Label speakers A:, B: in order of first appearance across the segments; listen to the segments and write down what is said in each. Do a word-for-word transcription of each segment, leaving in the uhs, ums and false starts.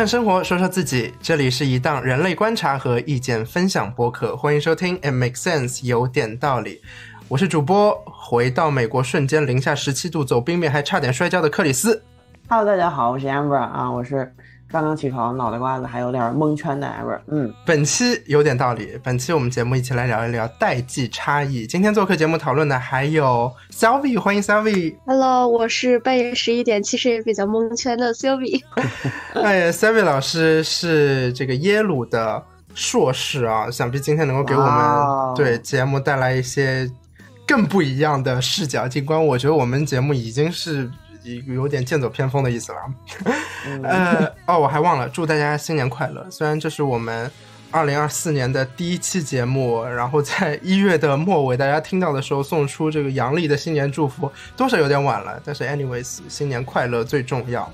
A: 看生活，说说自己，这里是一档人类观察和意见分享播客，欢迎收听 It Makes Sense 有点道理。我是主播，回到美国瞬间零下十七度走冰面还差点摔跤的克里斯。
B: Hello， 大家好，我是 Amber 啊，我是刚刚起床脑袋瓜子还有点蒙圈的 Amber。嗯，
A: 本期有点道理，本期我们节目一起来聊一聊代际差异。今天做客节目讨论的还有 Sylvie， 欢迎 Sylvie。Hello，
C: 我是半夜十一点，其实也比较蒙圈的 Sylvie。
A: 哎呀 ，Sylvie 老师是这个耶鲁的硕士啊，想必今天能够给我们对节目带来一些更不一样的视角。尽管我觉得我们节目已经是有点剑走偏锋的意思了。呃，哦，我还忘了祝大家新年快乐。虽然这是我们二零二四年的第一期节目，然后在一月的末尾大家听到的时候送出这个阳历的新年祝福，多少有点晚了，但是 anyways 新年快乐最重要。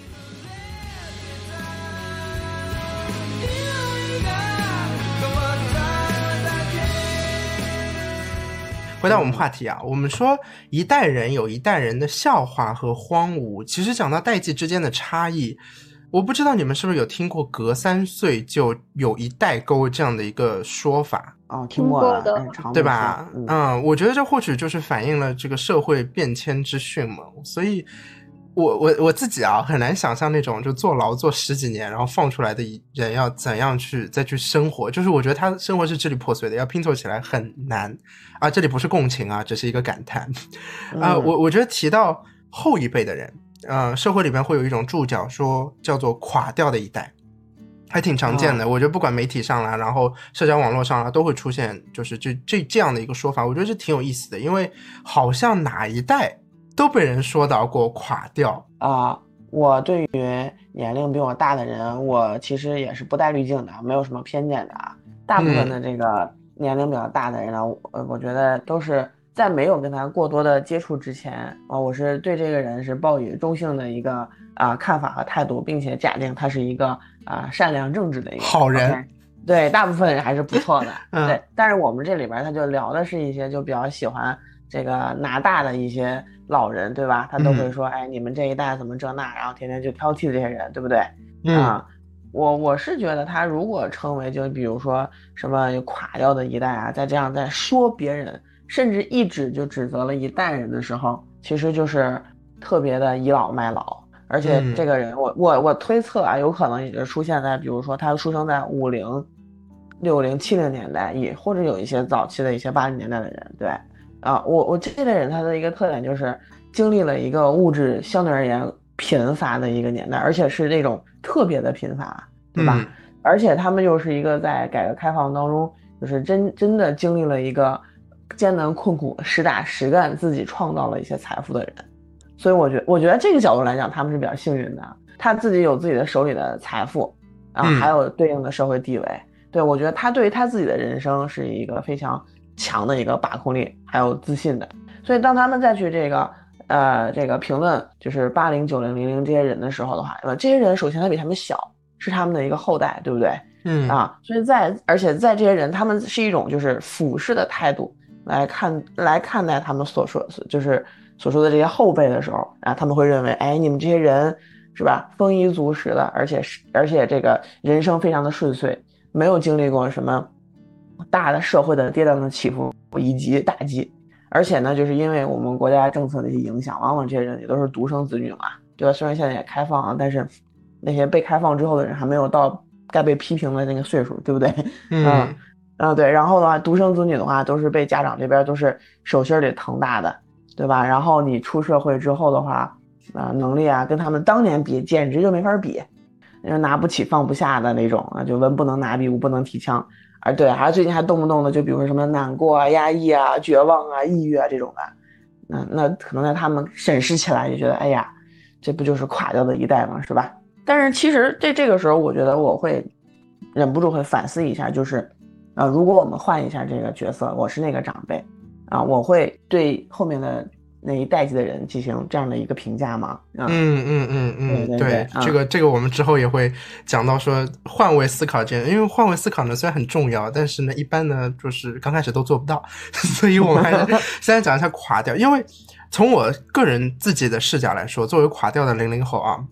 A: 回到我们话题啊，我们说一代人有一代人的笑话和荒芜，其实讲到代际之间的差异，我不知道你们是不是有听过隔三岁就有一代沟这样的一个说法。
B: 哦，听过的，
A: 对吧？嗯, 嗯，我觉得这或许就是反映了这个社会变迁之迅猛，所以我我我自己啊，很难想象那种就坐牢坐十几年然后放出来的人要怎样去再去生活，就是我觉得他生活是支离破碎的，要拼凑起来很难啊。这里不是共情啊，只是一个感叹啊、嗯。我我觉得提到后一辈的人，呃，社会里面会有一种注脚说叫做垮掉的一代，还挺常见的、哦、我觉得不管媒体上啦，然后社交网络上啦，都会出现就是这这这样的一个说法，我觉得是挺有意思的，因为好像哪一代都被人说到过垮掉
B: 啊、呃。我对于年龄比我大的人，我其实也是不带滤镜的，没有什么偏见的啊。大部分的这个年龄比较大的人呢，嗯、我我觉得都是在没有跟他过多的接触之前啊、呃，我是对这个人是抱以中性的一个啊、呃、看法和态度，并且假定他是一个啊、呃、善良正直的一个
A: 好人。
B: Okay?对，大部分人还是不错的。嗯、对，但是我们这里边他就聊的是一些就比较喜欢这个拿大的一些老人，对吧？他都会说，嗯、哎，你们这一代怎么这那，然后天天就挑剔这些人，对不对？
A: 嗯，
B: 啊，我我是觉得他如果称为就比如说什么垮掉的一代啊，再这样在说别人，甚至一指就指责了一代人的时候，其实就是特别的倚老卖老。而且这个人，嗯、我我我推测啊，有可能也就出现在，比如说他出生在五零、六零、七零年代，也或者有一些早期的一些八零年代的人，对，啊，我我这类人他的一个特点就是经历了一个物质相对而言贫乏的一个年代，而且是那种特别的贫乏，对吧？嗯、而且他们又是一个在改革开放当中，就是真真的经历了一个艰难困苦、实打实干，自己创造了一些财富的人。所以我觉得，我觉得这个角度来讲，他们是比较幸运的。他自己有自己的手里的财富，啊，还有对应的社会地位。嗯、对，我觉得他对于他自己的人生是一个非常强的一个把控力，还有自信的。所以当他们再去这个呃这个评论就是八零、九零、零零这些人的时候的话，这些人首先他比他们小，是他们的一个后代，对不对？
A: 嗯
B: 啊，所以在而且在这些人，他们是一种就是俯视的态度来看来看待他们所说就是。所说的这些后辈的时候啊，他们会认为，哎，你们这些人是吧，丰衣足食的，而且是而且这个人生非常的顺遂，没有经历过什么大的社会的跌宕的起伏以及打击，而且呢，就是因为我们国家政策的一些影响，往往这些人也都是独生子女嘛，对吧？虽然现在也开放啊，但是那些被开放之后的人还没有到该被批评的那个岁数，对不对？
A: 嗯
B: 嗯啊对，然后的话，独生子女的话，都是被家长这边都是手心里疼大的。对吧？然后你出社会之后的话，啊、呃，能力啊，跟他们当年比，简直就没法比，拿不起放不下的那种啊，就文不能拿笔，武不能提枪，而对，还最近还动不动的就比如说什么难过啊、压抑啊、绝望啊、抑郁啊这种的，那那可能在他们审视起来就觉得，哎呀，这不就是垮掉的一代吗？是吧？但是其实这这个时候，我觉得我会忍不住会反思一下，就是，呃，如果我们换一下这个角色，我是那个长辈。啊，我会对后面的那一代际的人进行这样的一个评价吗？
A: 嗯嗯嗯嗯，
B: 对对对，
A: 对这个这个我们之后也会讲到说换位思考这，因为换位思考呢虽然很重要，但是呢一般呢就是刚开始都做不到，所以我们还是现在讲一下垮掉，因为从我个人自己的视角来说，作为垮掉的零零后啊。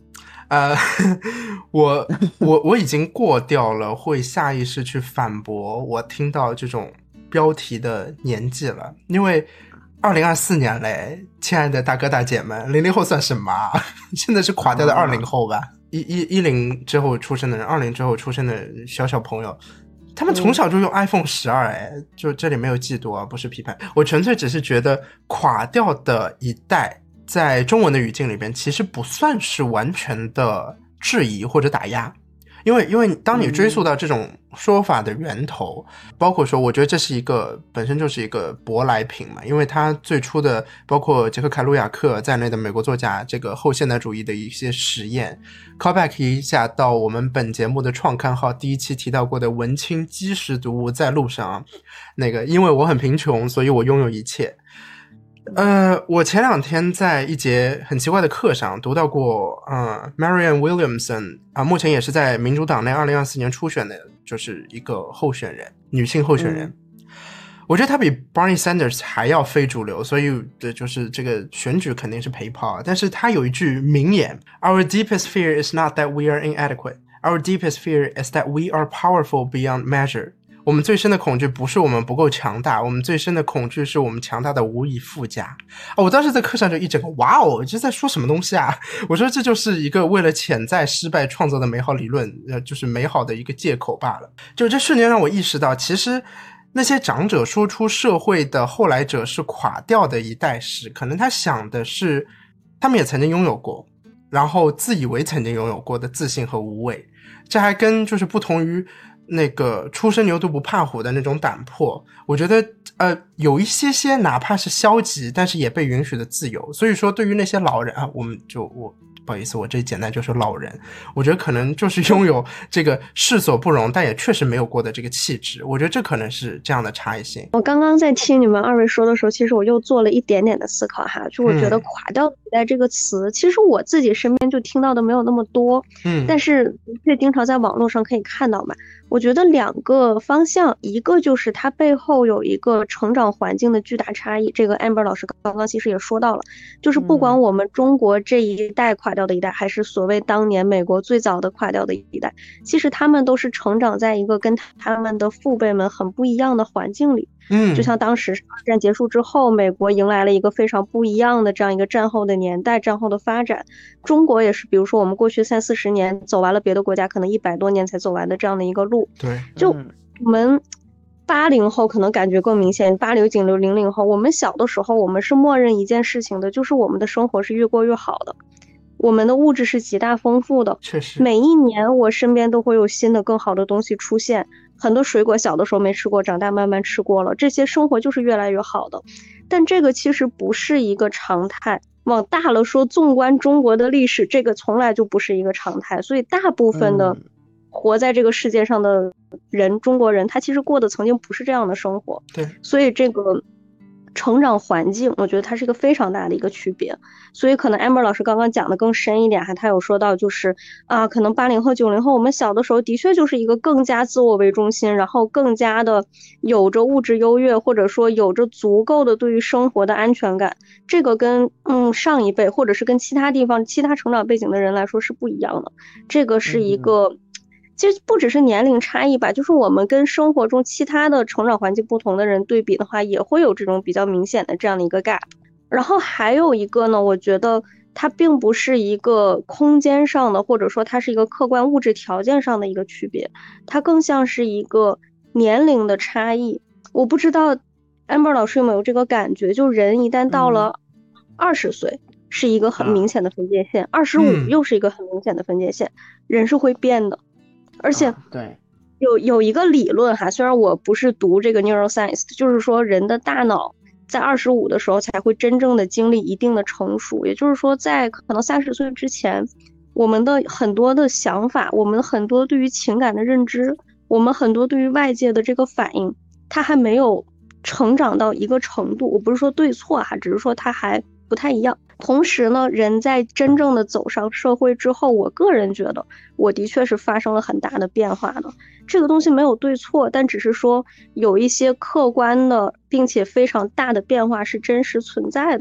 A: 呃，我我我已经过掉了会下意识去反驳我听到这种标题的年纪了，因为二零二四年嘞，亲爱的大哥大姐们，零零后算什么啊？现在是垮掉的二零后吧，一一一零之后出生的人，二零之后出生的小小朋友。他们从小就用 iPhone 十二，哎，就这里没有嫉妒啊，不是批判，我纯粹只是觉得垮掉的一代在中文的语境里边其实不算是完全的质疑或者打压，因为因为当你追溯到这种说法的源头、嗯、包括说我觉得这是一个本身就是一个舶来品嘛，因为它最初的包括杰克凯鲁亚克在内的美国作家这个后现代主义的一些实验 callback 一下到我们本节目的创刊号第一期提到过的文青基石读物在路上，那个因为我很贫穷所以我拥有一切。呃，我前两天在一节很奇怪的课上读到过，呃 ，Marianne Williamson 啊、呃，目前也是在民主党内二零二四年初选的，就是一个候选人，女性候选人。嗯、我觉得她比 Bernie Sanders 还要非主流，所以的就是这个选举肯定是陪跑。但是她有一句名言 ：“Our deepest fear is not that we are inadequate. Our deepest fear is that we are powerful beyond measure.” 我们最深的恐惧不是我们不够强大，我们最深的恐惧是我们强大的无以复加。哦，我当时在课上就一整个哇哦，这在说什么东西啊？我说这就是一个为了潜在失败创造的美好理论，呃，就是美好的一个借口罢了。就这瞬间让我意识到，其实那些长者说出社会的后来者是垮掉的一代时，可能他想的是他们也曾经拥有过，然后自以为曾经拥有过的自信和无畏。这还跟就是不同于那个初生牛犊不怕虎的那种胆魄，我觉得呃有一些些哪怕是消极但是也被允许的自由。所以说对于那些老人啊，我们就我不好意思我这简单就说老人，我觉得可能就是拥有这个世所不容但也确实没有过的这个气质，我觉得这可能是这样的差异性。
C: 我刚刚在听你们二位说的时候，其实我又做了一点点的思考哈，就我觉得垮掉时代这个词、嗯、其实我自己身边就听到的没有那么多，嗯，但是却经常在网络上可以看到嘛。我觉得两个方向，一个就是它背后有一个成长环境的巨大差异，这个 Amber 老师刚刚其实也说到了，就是不管我们中国这一代垮掉的一代，还是所谓当年美国最早的垮掉的一代，其实他们都是成长在一个跟他们的父辈们很不一样的环境里。嗯，就像当时二战结束之后，美国迎来了一个非常不一样的这样一个战后的年代，战后的发展。中国也是，比如说我们过去三四十年走完了别的国家可能一百多年才走完的这样的一个路。
A: 对，
C: 就我们八零后可能感觉更明显，八零九零零零后，我们小的时候我们是默认一件事情的，就是我们的生活是越过越好的。我们的物质是极大丰富的，
A: 确实，
C: 每一年我身边都会有新的更好的东西出现，很多水果小的时候没吃过，长大慢慢吃过了，这些生活就是越来越好的。但这个其实不是一个常态，往大了说，纵观中国的历史，这个从来就不是一个常态，所以大部分的活在这个世界上的人、嗯、中国人他其实过的曾经不是这样的生活。
A: 对，
C: 所以这个成长环境我觉得它是一个非常大的一个区别。所以可能 Amber 老师刚刚讲的更深一点哈，他有说到就是啊，可能八零后九零后我们小的时候的确就是一个更加自我为中心，然后更加的有着物质优越，或者说有着足够的对于生活的安全感，这个跟嗯上一辈或者是跟其他地方其他成长背景的人来说是不一样的。这个是一个、嗯其实不只是年龄差异吧，就是我们跟生活中其他的成长环境不同的人对比的话，也会有这种比较明显的这样的一个 gap。 然后还有一个呢，我觉得它并不是一个空间上的，或者说它是一个客观物质条件上的一个区别，它更像是一个年龄的差异。我不知道 Amber 老师有没有这个感觉，就人一旦到了二十岁、嗯、是一个很明显的分界线，二十五又是一个很明显的分界线、嗯、人是会变的。而且
B: 对，
C: 有有一个理论哈，虽然我不是读这个 neuroscience， 就是说人的大脑在二十五的时候才会真正的经历一定的成熟，也就是说在可能三十岁之前，我们的很多的想法，我们很多对于情感的认知，我们很多对于外界的这个反应，它还没有成长到一个程度。我不是说对错哈，只是说它还不太一样。同时呢，人在真正的走上社会之后，我个人觉得我的确是发生了很大的变化的。这个东西没有对错，但只是说有一些客观的并且非常大的变化是真实存在的。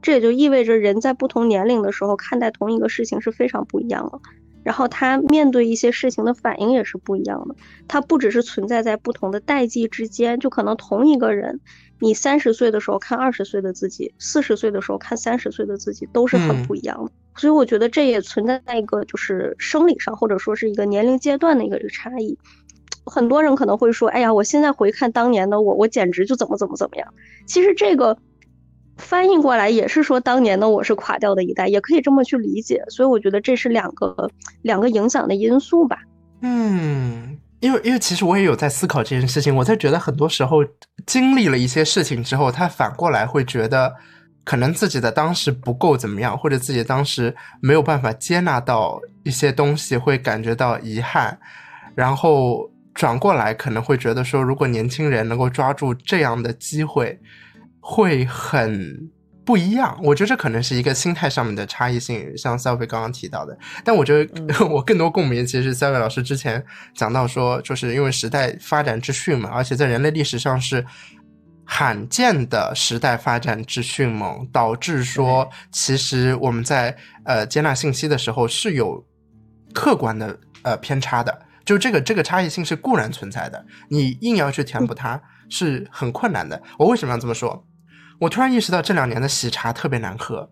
C: 这也就意味着人在不同年龄的时候看待同一个事情是非常不一样的，然后他面对一些事情的反应也是不一样的。他不只是存在在不同的代际之间，就可能同一个人，你三十岁的时候看二十岁的自己，四十岁的时候看三十岁的自己，都是很不一样的。嗯、所以我觉得这也存在一个就是生理上或者说是一个年龄阶段的一个差异。很多人可能会说，哎呀，我现在回看当年的我，我简直就怎么怎么怎么样。其实这个翻译过来也是说当年的我是垮掉的一代，也可以这么去理解。所以我觉得这是两个两个影响的因素吧。
A: 嗯，因为因为其实我也有在思考这件事情，我在觉得很多时候经历了一些事情之后，他反过来会觉得可能自己的当时不够怎么样，或者自己当时没有办法接纳到一些东西，会感觉到遗憾，然后转过来可能会觉得说，如果年轻人能够抓住这样的机会会很不一样。我觉得这可能是一个心态上面的差异性，像 Selby 刚刚提到的。但我觉得、嗯、我更多共鸣其实是 Selby 老师之前讲到说，就是因为时代发展之迅猛，而且在人类历史上是罕见的时代发展之迅猛，导致说其实我们在呃接纳信息的时候是有客观的呃偏差的，就这个这个差异性是固然存在的，你硬要去填补它是很困难的。我为什么要这么说？我突然意识到这两年的喜茶特别难喝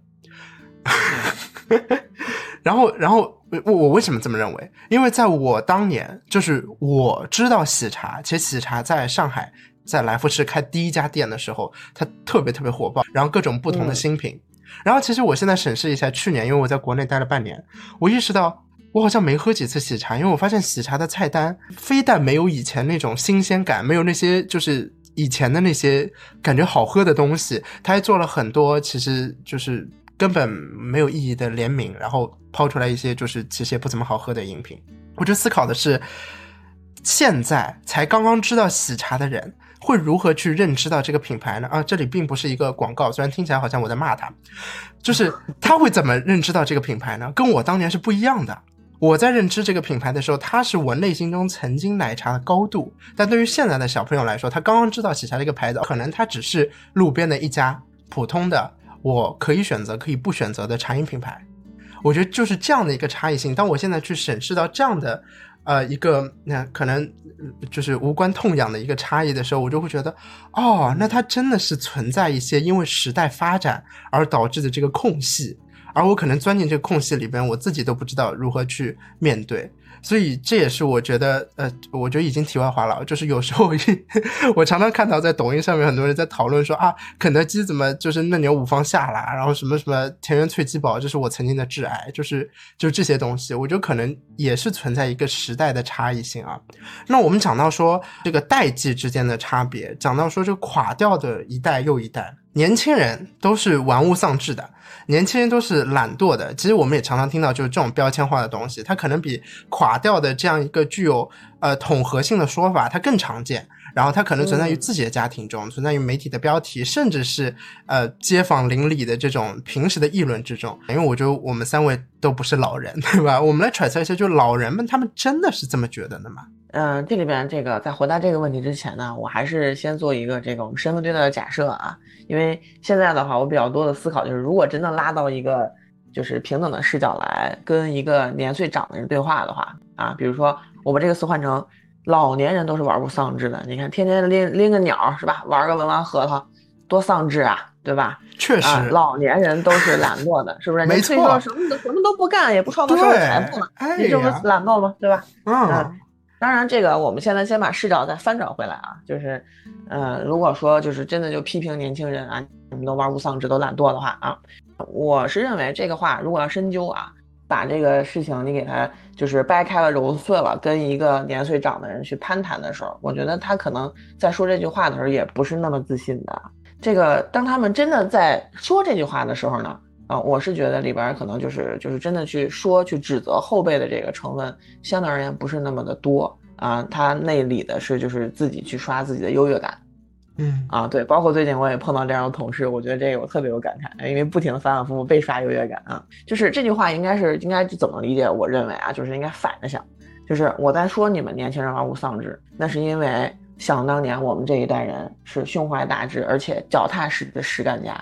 A: 然后然后我我为什么这么认为？因为在我当年，就是我知道喜茶，其实喜茶在上海在来福士开第一家店的时候，它特别特别火爆，然后各种不同的新品、嗯、然后其实我现在审视一下去年，因为我在国内待了半年，我意识到我好像没喝几次喜茶，因为我发现喜茶的菜单非但没有以前那种新鲜感，没有那些就是以前的那些感觉好喝的东西，他还做了很多其实就是根本没有意义的联名，然后抛出来一些就是其实也不怎么好喝的饮品。我就思考的是，现在才刚刚知道喜茶的人会如何去认知到这个品牌呢？啊，这里并不是一个广告，虽然听起来好像我在骂他，就是他会怎么认知到这个品牌呢？跟我当年是不一样的。我在认知这个品牌的时候，它是我内心中曾经奶茶的高度，但对于现在的小朋友来说，他刚刚知道喜茶这个牌子，可能它只是路边的一家普通的我可以选择可以不选择的茶饮品牌。我觉得就是这样的一个差异性，当我现在去审视到这样的呃一个那可能就是无关痛痒的一个差异的时候，我就会觉得哦，那它真的是存在一些因为时代发展而导致的这个空隙，而我可能钻进这个空隙里边，我自己都不知道如何去面对。所以这也是我觉得呃，我觉得已经题外话了，就是有时候我常常看到在抖音上面很多人在讨论说啊，肯德基怎么就是嫩牛五方下啦，然后什么什么田园脆鸡堡，这是我曾经的挚爱，就是就是这些东西，我觉得可能也是存在一个时代的差异性啊。那我们讲到说这个代际之间的差别，讲到说这个垮掉的一代又一代，年轻人都是玩物丧志的，年轻人都是懒惰的。其实我们也常常听到就是这种标签化的东西，它可能比垮掉的这样一个具有呃统合性的说法它更常见，然后它可能存在于自己的家庭中、嗯、存在于媒体的标题，甚至是呃街坊邻里的这种平时的议论之中。因为我觉得我们三位都不是老人，对吧？我们来揣测一下，就老人们他们真的是这么觉得的吗？
B: 嗯、呃，这里边这个在回答这个问题之前呢，我还是先做一个这个我们身份对待的假设啊。因为现在的话，我比较多的思考就是，如果真的拉到一个就是平等的视角来跟一个年岁长的人对话的话啊，比如说我把这个词换成老年人都是玩物丧志的，你看天天拎拎个鸟是吧，玩个文玩核桃，多丧志啊，对吧？
A: 确实、
B: 啊，老年人都是懒惰的，是不是？
A: 没错，
B: 你什么都什么都不干，也不创造社会财富呢，你这么懒惰吗？对吧？
A: 嗯。
B: 啊当然这个我们现在先把视角再翻转回来啊，就是呃如果说就是真的就批评年轻人啊，你们都玩物丧志都懒惰的话啊，我是认为这个话如果要深究啊，把这个事情你给他就是掰开了揉碎了，跟一个年岁长的人去攀谈的时候，我觉得他可能在说这句话的时候也不是那么自信的。这个当他们真的在说这句话的时候呢啊，我是觉得里边可能就是就是真的去说去指责后辈的这个成分相对而言不是那么的多啊，他内里的是就是自己去刷自己的优越感。
A: 嗯
B: 啊，对，包括最近我也碰到这样的同事，我觉得这个我特别有感慨，因为不停的反反复复被刷优越感啊。就是这句话应该是应该怎么理解？我认为啊，就是应该反着想，就是我在说你们年轻人玩物丧志，那是因为想当年我们这一代人是胸怀大志而且脚踏实地的实干家。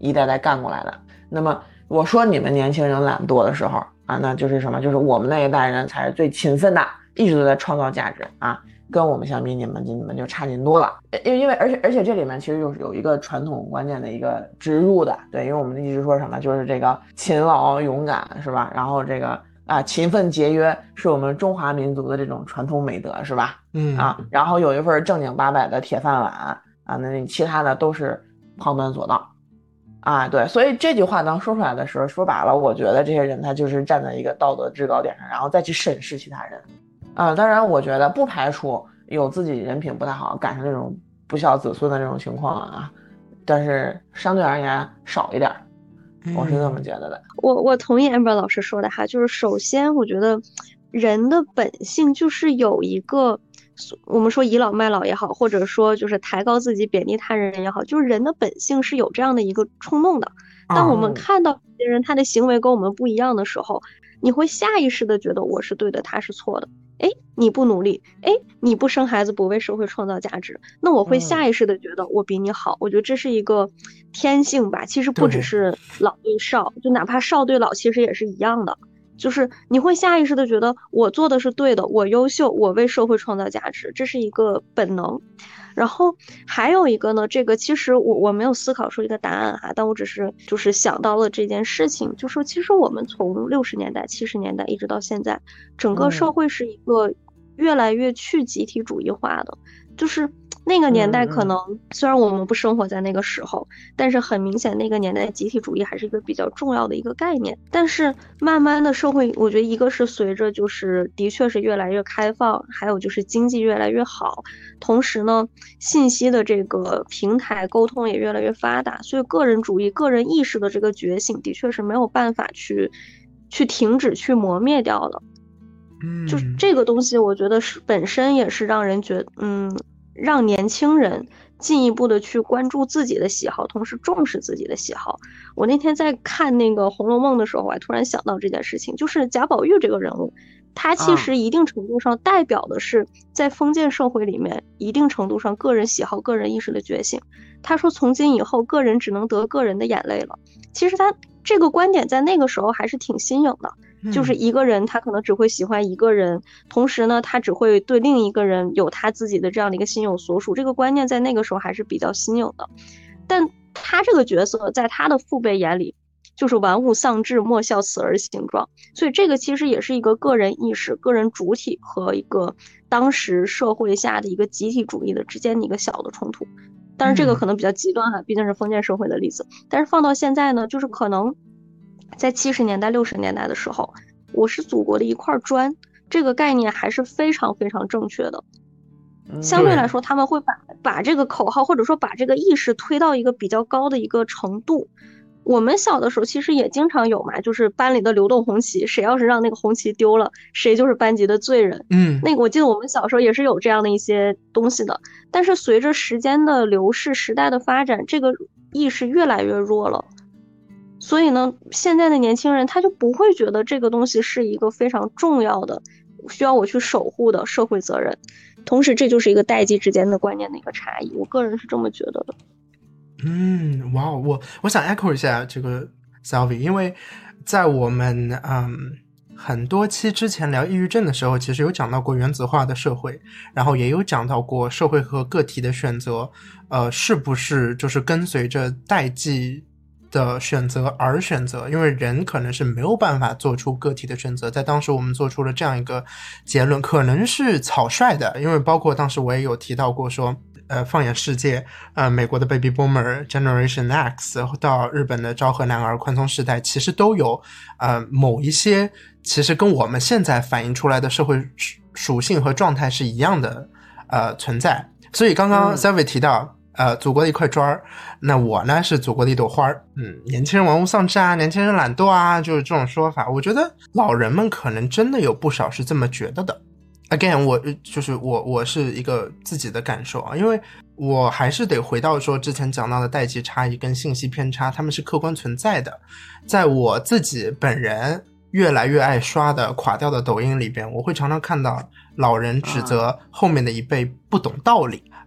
B: 一代代干过来的。那么我说你们年轻人懒惰的时候啊，那就是什么？就是我们那一代人才是最勤奋的，一直都在创造价值啊。跟我们相比，你们你们就差劲多了。因因为而且而且这里面其实有有一个传统观念的一个植入的，对，因为我们一直说什么，就是这个勤劳勇敢是吧？然后这个啊勤奋节约是我们中华民族的这种传统美德是吧？
A: 嗯
B: 啊，然后有一份正经八百的铁饭碗啊，那你其他的都是旁门左道。啊，对，所以这句话当说出来的时候，说白了，我觉得这些人他就是站在一个道德制高点上，然后再去审视其他人。啊，当然，我觉得不排除有自己人品不太好，赶上这种不孝子孙的这种情况啊，但是相对而言少一点，我是这么觉得的。
C: 我我同意 Amber 老师说的哈，就是首先我觉得人的本性就是有一个，我们说倚老卖老也好，或者说就是抬高自己贬低他人也好，就是人的本性是有这样的一个冲动的。当我们看到别人他的行为跟我们不一样的时候，你会下意识的觉得我是对的，他是错的。哎，你不努力，哎，你不生孩子，不为社会创造价值，那我会下意识的觉得我比你好。嗯、我觉得这是一个天性吧。其实不只是老对少，就哪怕少对老，其实也是一样的。就是你会下意识的觉得我做的是对的，我优秀，我为社会创造价值，这是一个本能。然后还有一个呢，这个其实我我没有思考出一个答案哈，但我只是就是想到了这件事情，就说其实我们从六十年代、七十年代一直到现在，整个社会是一个越来越去集体主义化的，就是那个年代可能虽然我们不生活在那个时候，但是很明显那个年代集体主义还是一个比较重要的一个概念。但是慢慢的社会，我觉得一个是随着就是的确是越来越开放，还有就是经济越来越好，同时呢信息的这个平台沟通也越来越发达，所以个人主义个人意识的这个觉醒的确是没有办法去去停止去磨灭掉的。
A: 嗯，
C: 就是这个东西我觉得是本身也是让人觉得嗯让年轻人进一步的去关注自己的喜好，同时重视自己的喜好。我那天在看那个《红楼梦》的时候，我还突然想到这件事情，就是贾宝玉这个人物，他其实一定程度上代表的是在封建社会里面一定程度上个人喜好、个人意识的觉醒。他说从今以后个人只能得个人的眼泪了。其实他这个观点在那个时候还是挺新颖的。就是一个人他可能只会喜欢一个人，同时呢他只会对另一个人有他自己的这样的一个心有所属，这个观念在那个时候还是比较新颖的。但他这个角色在他的父辈眼里就是玩物丧志，莫笑此儿形状，所以这个其实也是一个个人意识、个人主体和一个当时社会下的一个集体主义的之间的一个小的冲突。当然这个可能比较极端哈，毕竟是封建社会的例子，但是放到现在呢，就是可能在七十年代、六十年代的时候，我是祖国的一块砖，这个概念还是非常非常正确的。相对来说，他们会把把这个口号或者说把这个意识推到一个比较高的一个程度。我们小的时候其实也经常有嘛，就是班里的流动红旗，谁要是让那个红旗丢了，谁就是班级的罪人。
A: 嗯，
C: 那个我记得我们小时候也是有这样的一些东西的。但是随着时间的流逝、时代的发展，这个意识越来越弱了。所以呢，现在的年轻人他就不会觉得这个东西是一个非常重要的需要我去守护的社会责任。同时这就是一个代际之间的观念的一个差异，我个人是这么觉得的。
A: 嗯，哇，我我想 echo 一下这个 Selvi， 因为在我们嗯很多期之前聊抑郁症的时候，其实有讲到过原子化的社会，然后也有讲到过社会和个体的选择，呃，是不是就是跟随着代际的选择而选择，因为人可能是没有办法做出个体的选择。在当时我们做出了这样一个结论，可能是草率的，因为包括当时我也有提到过说呃，放眼世界，呃，美国的 Baby Boomer Generation X 到日本的昭和男儿宽松世代，其实都有呃某一些其实跟我们现在反映出来的社会属性和状态是一样的呃存在。所以刚刚 Selvi 提到、嗯呃，祖国的一块砖，那我呢是祖国的一朵花。嗯，年轻人玩物丧志啊，年轻人懒惰啊，就是这种说法。我觉得老人们可能真的有不少是这么觉得的。Again， 我就是我，我是一个自己的感受啊，因为我还是得回到说之前讲到的代际差异跟信息偏差，他们是客观存在的。在我自己本人越来越爱刷的垮掉的抖音里边，我会常常看到老人指责后面的一辈不懂道理。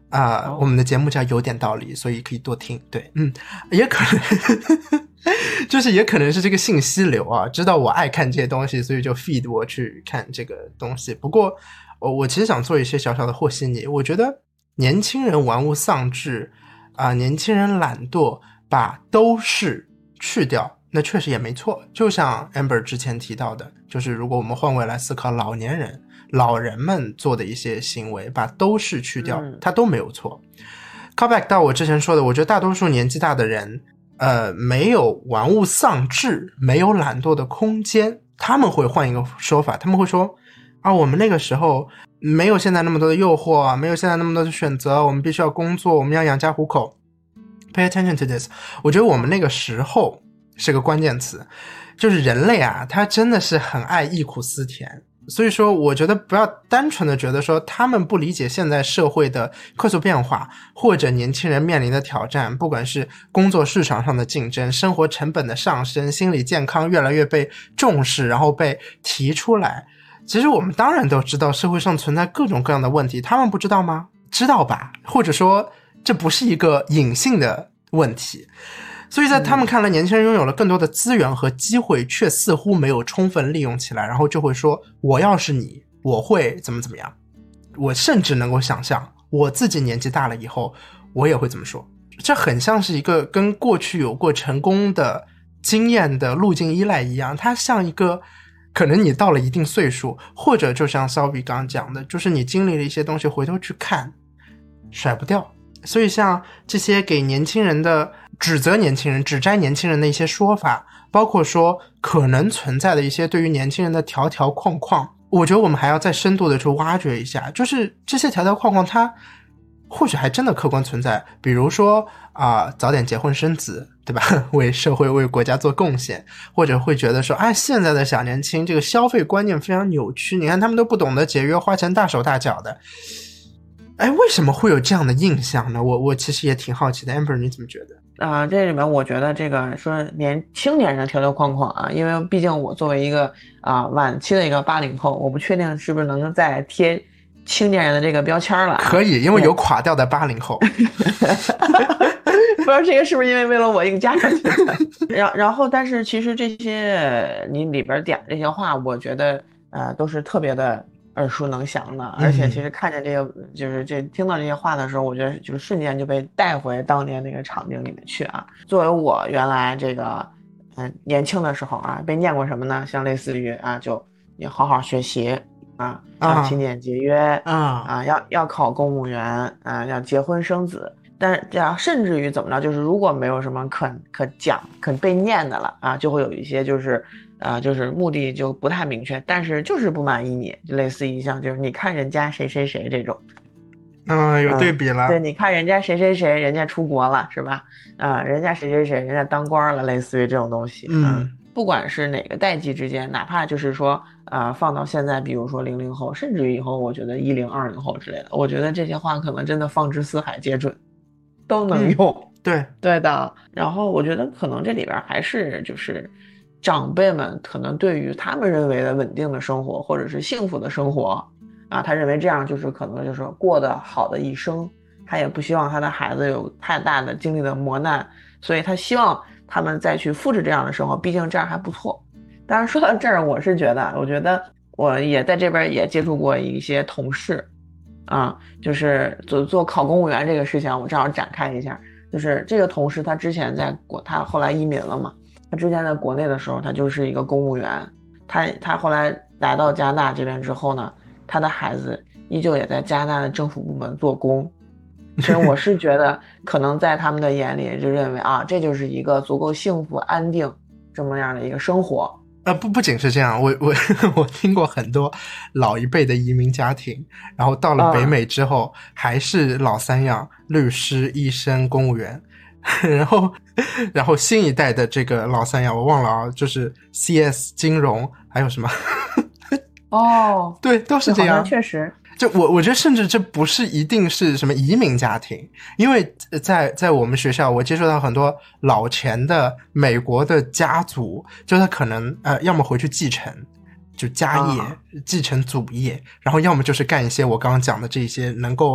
A: 啊、呃
B: Oh.
A: 我们的节目叫有点道理，所以可以多听。对，嗯，也可能就是也可能是这个信息流啊，知道我爱看这些东西，所以就 feed 我去看这个东西。不过我我其实想做一些小小的和稀泥，我觉得年轻人玩物丧志啊、呃，年轻人懒惰，把都是去掉，那确实也没错。就像 Amber 之前提到的，就是如果我们换位来思考老年人老人们做的一些行为，把都是去掉，它都没有错。call back 到我之前说的，我觉得大多数年纪大的人呃，没有玩物丧志，没有懒惰的空间。他们会换一个说法，他们会说啊，我们那个时候没有现在那么多的诱惑，没有现在那么多的选择，我们必须要工作，我们要养家糊口。Pay attention to this。 我觉得我们那个时候是个关键词，就是人类啊，他真的是很爱忆苦思甜。所以说我觉得不要单纯的觉得说他们不理解现在社会的快速变化，或者年轻人面临的挑战，不管是工作市场上的竞争，生活成本的上升，心理健康越来越被重视，然后被提出来。其实我们当然都知道社会上存在各种各样的问题，他们不知道吗？知道吧，或者说这不是一个隐性的问题。所以在他们看来，年轻人拥有了更多的资源和机会，却似乎没有充分利用起来，然后就会说我要是你，我会怎么怎么样。我甚至能够想象我自己年纪大了以后我也会这么说。这很像是一个跟过去有过成功的经验的路径依赖一样，它像一个可能你到了一定岁数，或者就像 Selby 刚刚讲的，就是你经历了一些东西回头去看甩不掉。所以像这些给年轻人的指责年轻人指摘年轻人的一些说法，包括说可能存在的一些对于年轻人的条条框框，我觉得我们还要再深度的去挖掘一下，就是这些条条框框它或许还真的客观存在。比如说啊、呃，早点结婚生子，对吧？为社会为国家做贡献，或者会觉得说哎，现在的小年轻这个消费观念非常扭曲，你看他们都不懂得节约，花钱大手大脚的。哎，为什么会有这样的印象呢？我我其实也挺好奇的。 Amber 你怎么觉得？
B: 啊、呃，这里面我觉得这个说年青年人的条条框框啊，因为毕竟我作为一个啊、呃、晚期的一个八零后，我不确定是不是能够再贴青年人的这个标签了、啊。
A: 可以，因为有垮掉的八零后。
B: 不知道这个是不是因为为了我一个加上去的。然然后，但是其实这些你里边点这些话，我觉得呃都是特别的耳熟能详的，而且其实看见这个、嗯、就是这听到这些话的时候，我觉得就是瞬间就被带回当年那个场景里面去啊。作为我原来这个嗯、呃、年轻的时候啊，被念过什么呢？像类似于啊，就你好好学习啊，要勤俭节约啊，啊要要考公务员啊，要结婚生子。但是这样甚至于怎么着，就是如果没有什么可可讲可被念的了啊，就会有一些就是啊，就是目的就不太明确，但是就是不满意你，就类似于像就是你看人家谁谁谁这种，
A: 嗯，有对比了。
B: 嗯、对，你看人家谁谁谁，人家出国了是吧？啊，人家谁谁谁，人家当官了，类似于这种东西。
A: 嗯，
B: 嗯不管是哪个代际之间，哪怕就是说啊、呃，放到现在，比如说零零后，甚至于以后，我觉得一零二零后之类的，我觉得这些话可能真的放之四海皆准。都能用、嗯、
A: 对
B: 对的。然后我觉得可能这里边还是就是长辈们可能对于他们认为的稳定的生活或者是幸福的生活啊，他认为这样就是可能就是过得好的一生，他也不希望他的孩子有太大的经历的磨难，所以他希望他们再去复制这样的生活，毕竟这样还不错。当然说到这儿，我是觉得我觉得我也在这边也接触过一些同事啊，就是做做考公务员这个事情，我正好展开一下。就是这个同事，他之前在国，他后来移民了嘛。他之前在国内的时候，他就是一个公务员。他他后来来到加拿大这边之后呢，他的孩子依旧也在加拿大的政府部门做工。所以我是觉得，可能在他们的眼里就认为啊，这就是一个足够幸福安定这么样的一个生活。
A: 呃，不不仅是这样，我我我听过很多老一辈的移民家庭，然后到了北美之后，嗯、还是老三样：律师、医生、公务员。然后，然后新一代的这个老三样，我忘了啊，就是 C S 金融，还有什么？
B: 哦，
A: 对，都是这样，
B: 确实。
A: 就我我觉得甚至这不是一定是什么移民家庭，因为在在我们学校我接触到很多老钱的美国的家族，就他可能呃要么回去继承就家业、啊、继承祖业，然后要么就是干一些我刚刚讲的这些能够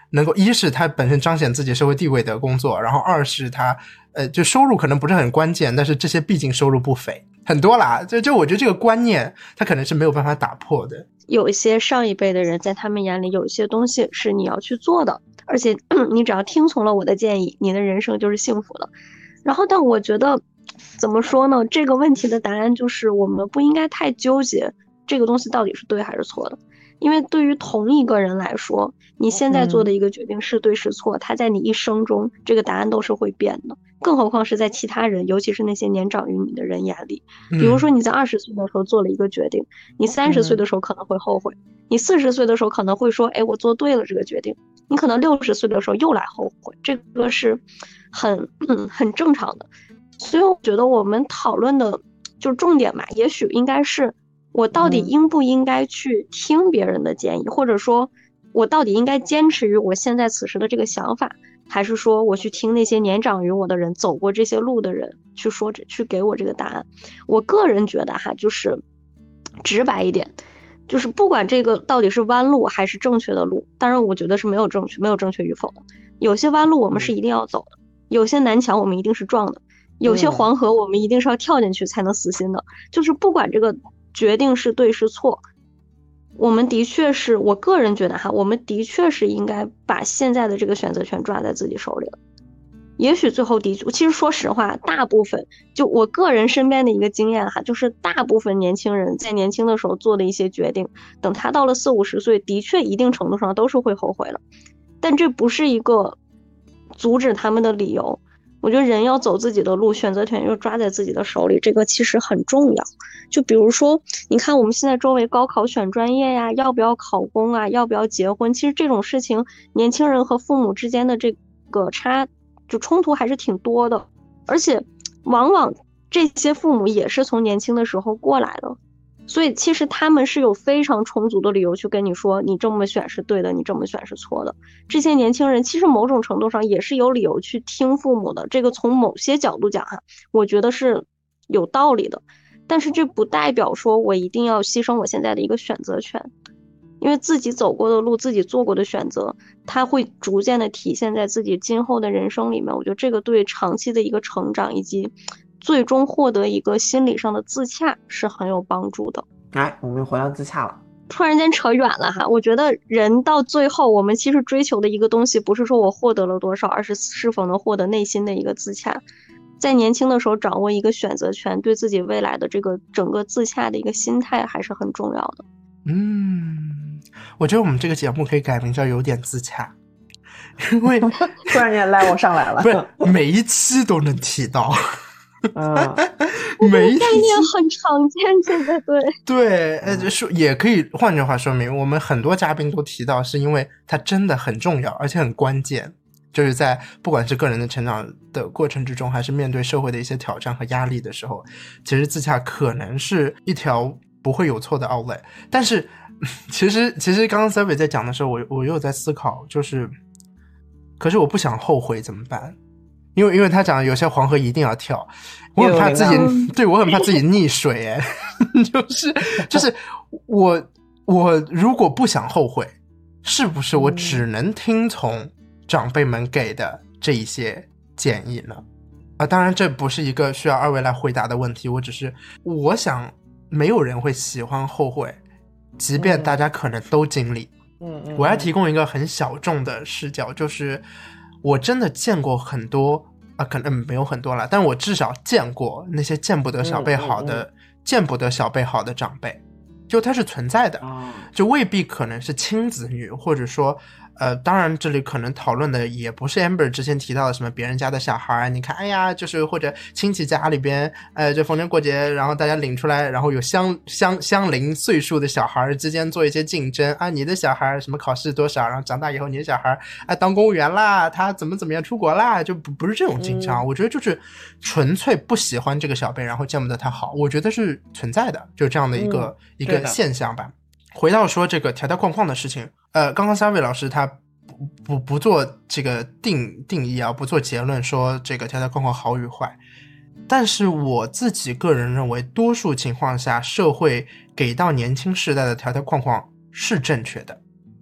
A: 能够一是他本身彰显自己社会地位的工作，然后二是他呃就收入可能不是很关键，但是这些毕竟收入不菲，很多啦，就就我觉得这个观念他可能是没有办法打破的。
C: 有一些上一辈的人在他们眼里有一些东西是你要去做的，而且你只要听从了我的建议，你的人生就是幸福的。然后但我觉得怎么说呢，这个问题的答案就是我们不应该太纠结这个东西到底是对还是错的，因为对于同一个人来说，你现在做的一个决定是对是错，他在你一生中这个答案都是会变的，更何况是在其他人，尤其是那些年长于你的人眼里。比如说你在二十岁的时候做了一个决定，你三十岁的时候可能会后悔，你四十岁的时候可能会说，哎，我做对了这个决定，你可能六十岁的时候又来后悔，这个是很嗯很正常的。所以我觉得我们讨论的就重点嘛，也许应该是我到底应不应该去听别人的建议，或者说我到底应该坚持于我现在此时的这个想法，还是说我去听那些年长于我的人，走过这些路的人去说去给我这个答案。我个人觉得哈，就是直白一点，就是不管这个到底是弯路还是正确的路，当然我觉得是没有正确没有正确与否的，有些弯路我们是一定要走的，有些南墙我们一定是撞的，有些黄河我们一定是要跳进去才能死心的，就是不管这个决定是对是错，我们的确是我个人觉得哈，我们的确是应该把现在的这个选择权抓在自己手里了。也许最后的确，其实说实话，大部分就我个人身边的一个经验哈，就是大部分年轻人在年轻的时候做的一些决定，等他到了四五十岁，的确一定程度上都是会后悔了，但这不是一个阻止他们的理由。我觉得人要走自己的路，选择权要抓在自己的手里，这个其实很重要。就比如说，你看我们现在周围高考选专业呀，要不要考公啊，要不要结婚，其实这种事情，年轻人和父母之间的这个差就冲突还是挺多的，而且往往这些父母也是从年轻的时候过来的，所以其实他们是有非常充足的理由去跟你说你这么选是对的，你这么选是错的。这些年轻人其实某种程度上也是有理由去听父母的，这个从某些角度讲哈，我觉得是有道理的，但是这不代表说我一定要牺牲我现在的一个选择权，因为自己走过的路，自己做过的选择，它会逐渐的体现在自己今后的人生里面。我觉得这个对长期的一个成长以及最终获得一个心理上的自洽是很有帮助的。
B: 哎，我们又回到自洽了。
C: 突然间扯远了哈，我觉得人到最后，我们其实追求的一个东西，不是说我获得了多少，而是是否能获得内心的一个自洽。在年轻的时候掌握一个选择权，对自己未来的这个整个自洽的一个心态还是很重要的。
A: 嗯，我觉得我们这个节目可以改名叫有点自洽，因为
B: 突然间来我上来了，
A: 不是每一期都能提到。
B: 嗯，
A: 每一
C: 概念很常见，现在对
A: 对，呃，说也可以换句话说明，我们很多嘉宾都提到，是因为它真的很重要，而且很关键。就是在不管是个人的成长的过程之中，还是面对社会的一些挑战和压力的时候，其实自洽可能是一条不会有错的 outlet。但是，其实其实刚刚 Savvy 在讲的时候，我我又在思考，就是，可是我不想后悔怎么办？因为因为他讲有些黄河一定要跳，我很怕自己，对我很怕自己溺水哎，就是就是我我如果不想后悔，是不是我只能听从长辈们给的这一些建议呢？啊，当然这不是一个需要二位来回答的问题，我只是我想没有人会喜欢后悔，即便大家可能都经历。
B: 嗯嗯，
A: 我要提供一个很小众的视角，就是我真的见过很多啊，可能没有很多啦，但我至少见过那些见不得小辈好的、嗯嗯嗯、见不得小辈好的长辈，就它是存在的、哦、就未必可能是亲子女，或者说呃，当然这里可能讨论的也不是 Amber 之前提到的什么别人家的小孩，你看哎呀就是或者亲戚家里边呃，就逢年过节然后大家领出来，然后有相相相邻岁数的小孩之间做一些竞争啊，你的小孩什么考试多少，然后长大以后你的小孩啊当公务员啦，他怎么怎么样出国啦，就不不是这种竞争、嗯、我觉得就是纯粹不喜欢这个小辈然后见不得他好，我觉得是存在的，就这样的一个、嗯、一个现象吧。回到说这个条条框框的事情，呃，刚刚三位老师他不不不做这个定定义啊，不做结论说这个条条框框好与坏，但是我自己个人认为，多数情况下，社会给到年轻世代的条条框框是正确的，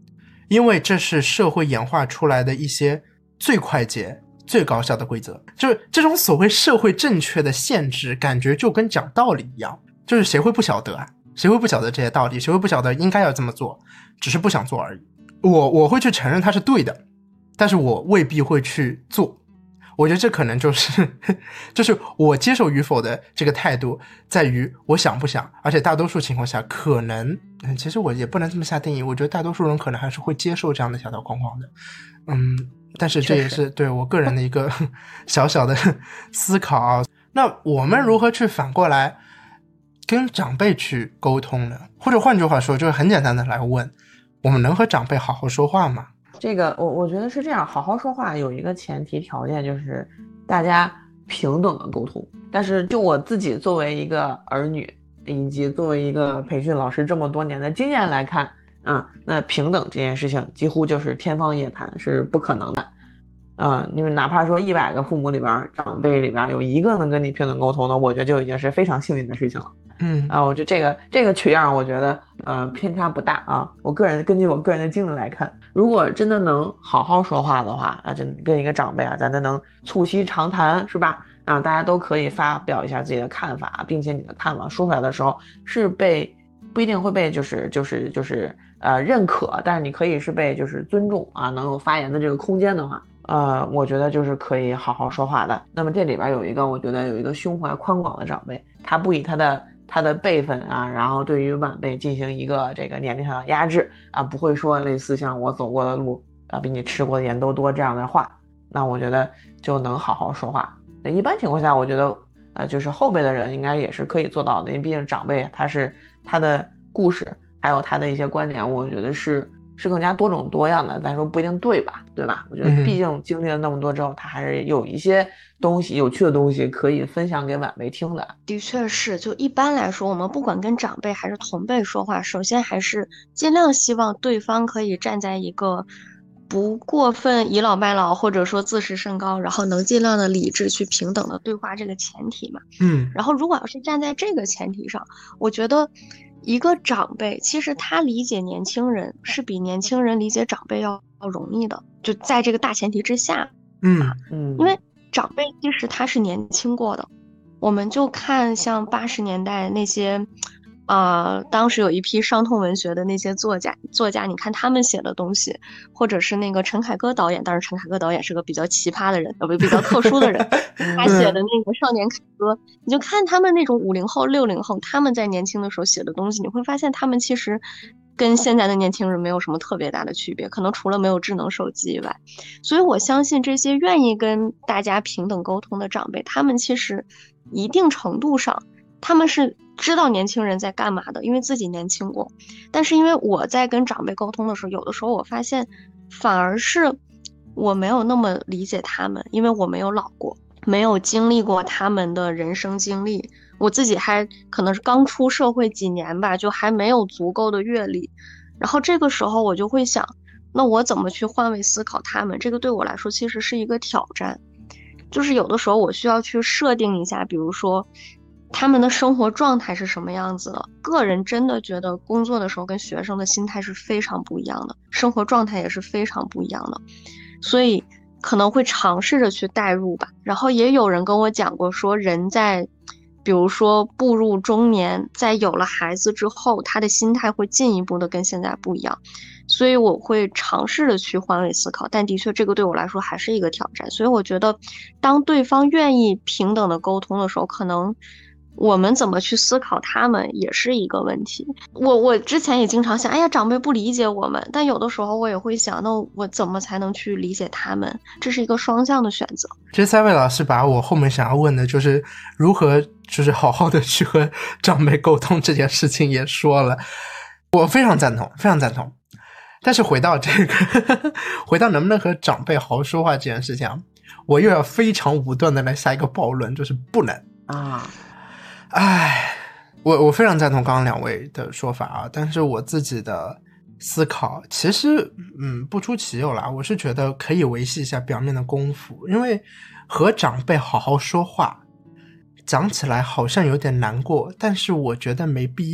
A: 因为这是社会演化出来的一些最快捷最高效的规则。就是这种所谓社会正确的限制，感觉就跟讲道理一样，就是谁会不晓得啊？谁会不晓得这些道理？谁会不晓得应该要这么做？只是不想做而已。我我会去承认它是对的，但是我未必会去做。我觉得这可能就是就是我接受与否的这个态度在于我想不想，而且大多数情况下可能其实我也不能这么下定义，我觉得大多数人可能还是会接受这样的条条框框的。嗯，但是这也是对我个人的一个小小的思考啊。那我们如何去反过来跟长辈去沟通呢？或者换句话说，就是很简单的来问，我们能和长辈好好说话吗？
B: 这个我我觉得是这样，好好说话有一个前提条件，就是大家平等的沟通。但是就我自己作为一个儿女，以及作为一个培训老师这么多年的经验来看啊，那平等这件事情几乎就是天方夜谭，是不可能的啊。因为哪怕说一百个父母里边，长辈里边有一个能跟你平等沟通的，我觉得就已经是非常幸运的事情了。
A: 嗯
B: 啊，我觉得这个这个取样，我觉得呃偏差不大啊。我个人根据我个人的经历来看，如果真的能好好说话的话啊，真跟一个长辈啊，咱都能促膝长谈，是吧？啊，大家都可以发表一下自己的看法，并且你的看法说出来的时候是被不一定会被就是就是就是呃认可，但是你可以是被就是尊重啊，能有发言的这个空间的话。呃，我觉得就是可以好好说话的。那么这里边有一个，我觉得有一个胸怀宽广的长辈，他不以他的他的辈分啊，然后对于晚辈进行一个这个年龄上的压制啊，不会说类似像我走过的路啊，比你吃过的盐都多这样的话，那我觉得就能好好说话。那一般情况下，我觉得呃，就是后辈的人应该也是可以做到的，因为毕竟长辈他是他的故事，还有他的一些观点，我觉得是。是更加多种多样的，但是说不一定对吧？对吧？我觉得毕竟经历了那么多之后，他还是有一些东西、有趣的东西可以分享给晚辈听的。
C: 的确是，就一般来说，我们不管跟长辈还是同辈说话，首先还是尽量希望对方可以站在一个不过分倚老卖老，或者说自视甚高，然后能尽量的理智去平等的对话这个前提嘛。
A: 嗯，
C: 然后如果要是站在这个前提上，我觉得一个长辈其实他理解年轻人是比年轻人理解长辈要要容易的，就在这个大前提之下。
A: 嗯
B: 嗯，
C: 因为长辈其实他是年轻过的，我们就看像八十年代那些啊、呃，当时有一批伤痛文学的那些作家作家，你看他们写的东西，或者是那个陈凯歌导演，当然陈凯歌导演是个比较奇葩的人，呃，不比较特殊的人，他写的那个《少年凯歌》，你就看他们那种五零后、六零后，他们在年轻的时候写的东西，你会发现他们其实跟现在的年轻人没有什么特别大的区别，可能除了没有智能手机以外。所以我相信这些愿意跟大家平等沟通的长辈，他们其实一定程度上他们是知道年轻人在干嘛的，因为自己年轻过。但是因为我在跟长辈沟通的时候，有的时候我发现反而是我没有那么理解他们，因为我没有老过，没有经历过他们的人生经历，我自己还可能是刚出社会几年吧，就还没有足够的阅历。然后这个时候我就会想，那我怎么去换位思考他们？这个对我来说其实是一个挑战，就是有的时候我需要去设定一下，比如说他们的生活状态是什么样子的。个人真的觉得工作的时候跟学生的心态是非常不一样的，生活状态也是非常不一样的，所以可能会尝试着去代入吧。然后也有人跟我讲过说，人在比如说步入中年，在有了孩子之后，他的心态会进一步的跟现在不一样，所以我会尝试的去换位思考，但的确这个对我来说还是一个挑战。所以我觉得当对方愿意平等的沟通的时候，可能我们怎么去思考他们也是一个问题。我我之前也经常想，哎呀，长辈不理解我们，但有的时候我也会想，那我怎么才能去理解他们？这是一个双向的选择。
A: 其实三位老师把我后面想要问的就是如何就是好好的去和长辈沟通这件事情也说了，我非常赞同，非常赞同。但是回到这个回到能不能和长辈好好说话这件事情，我又要非常武断的来下一个暴论，就是不能
B: 啊。
A: 唉，我我非常赞同刚刚两位的说法啊，但是我自己的思考其实嗯不出其右啦，我是觉得可以维系一下表面的功夫，因为和长辈好好说话讲起来好像有点难过，但是我觉得没必要，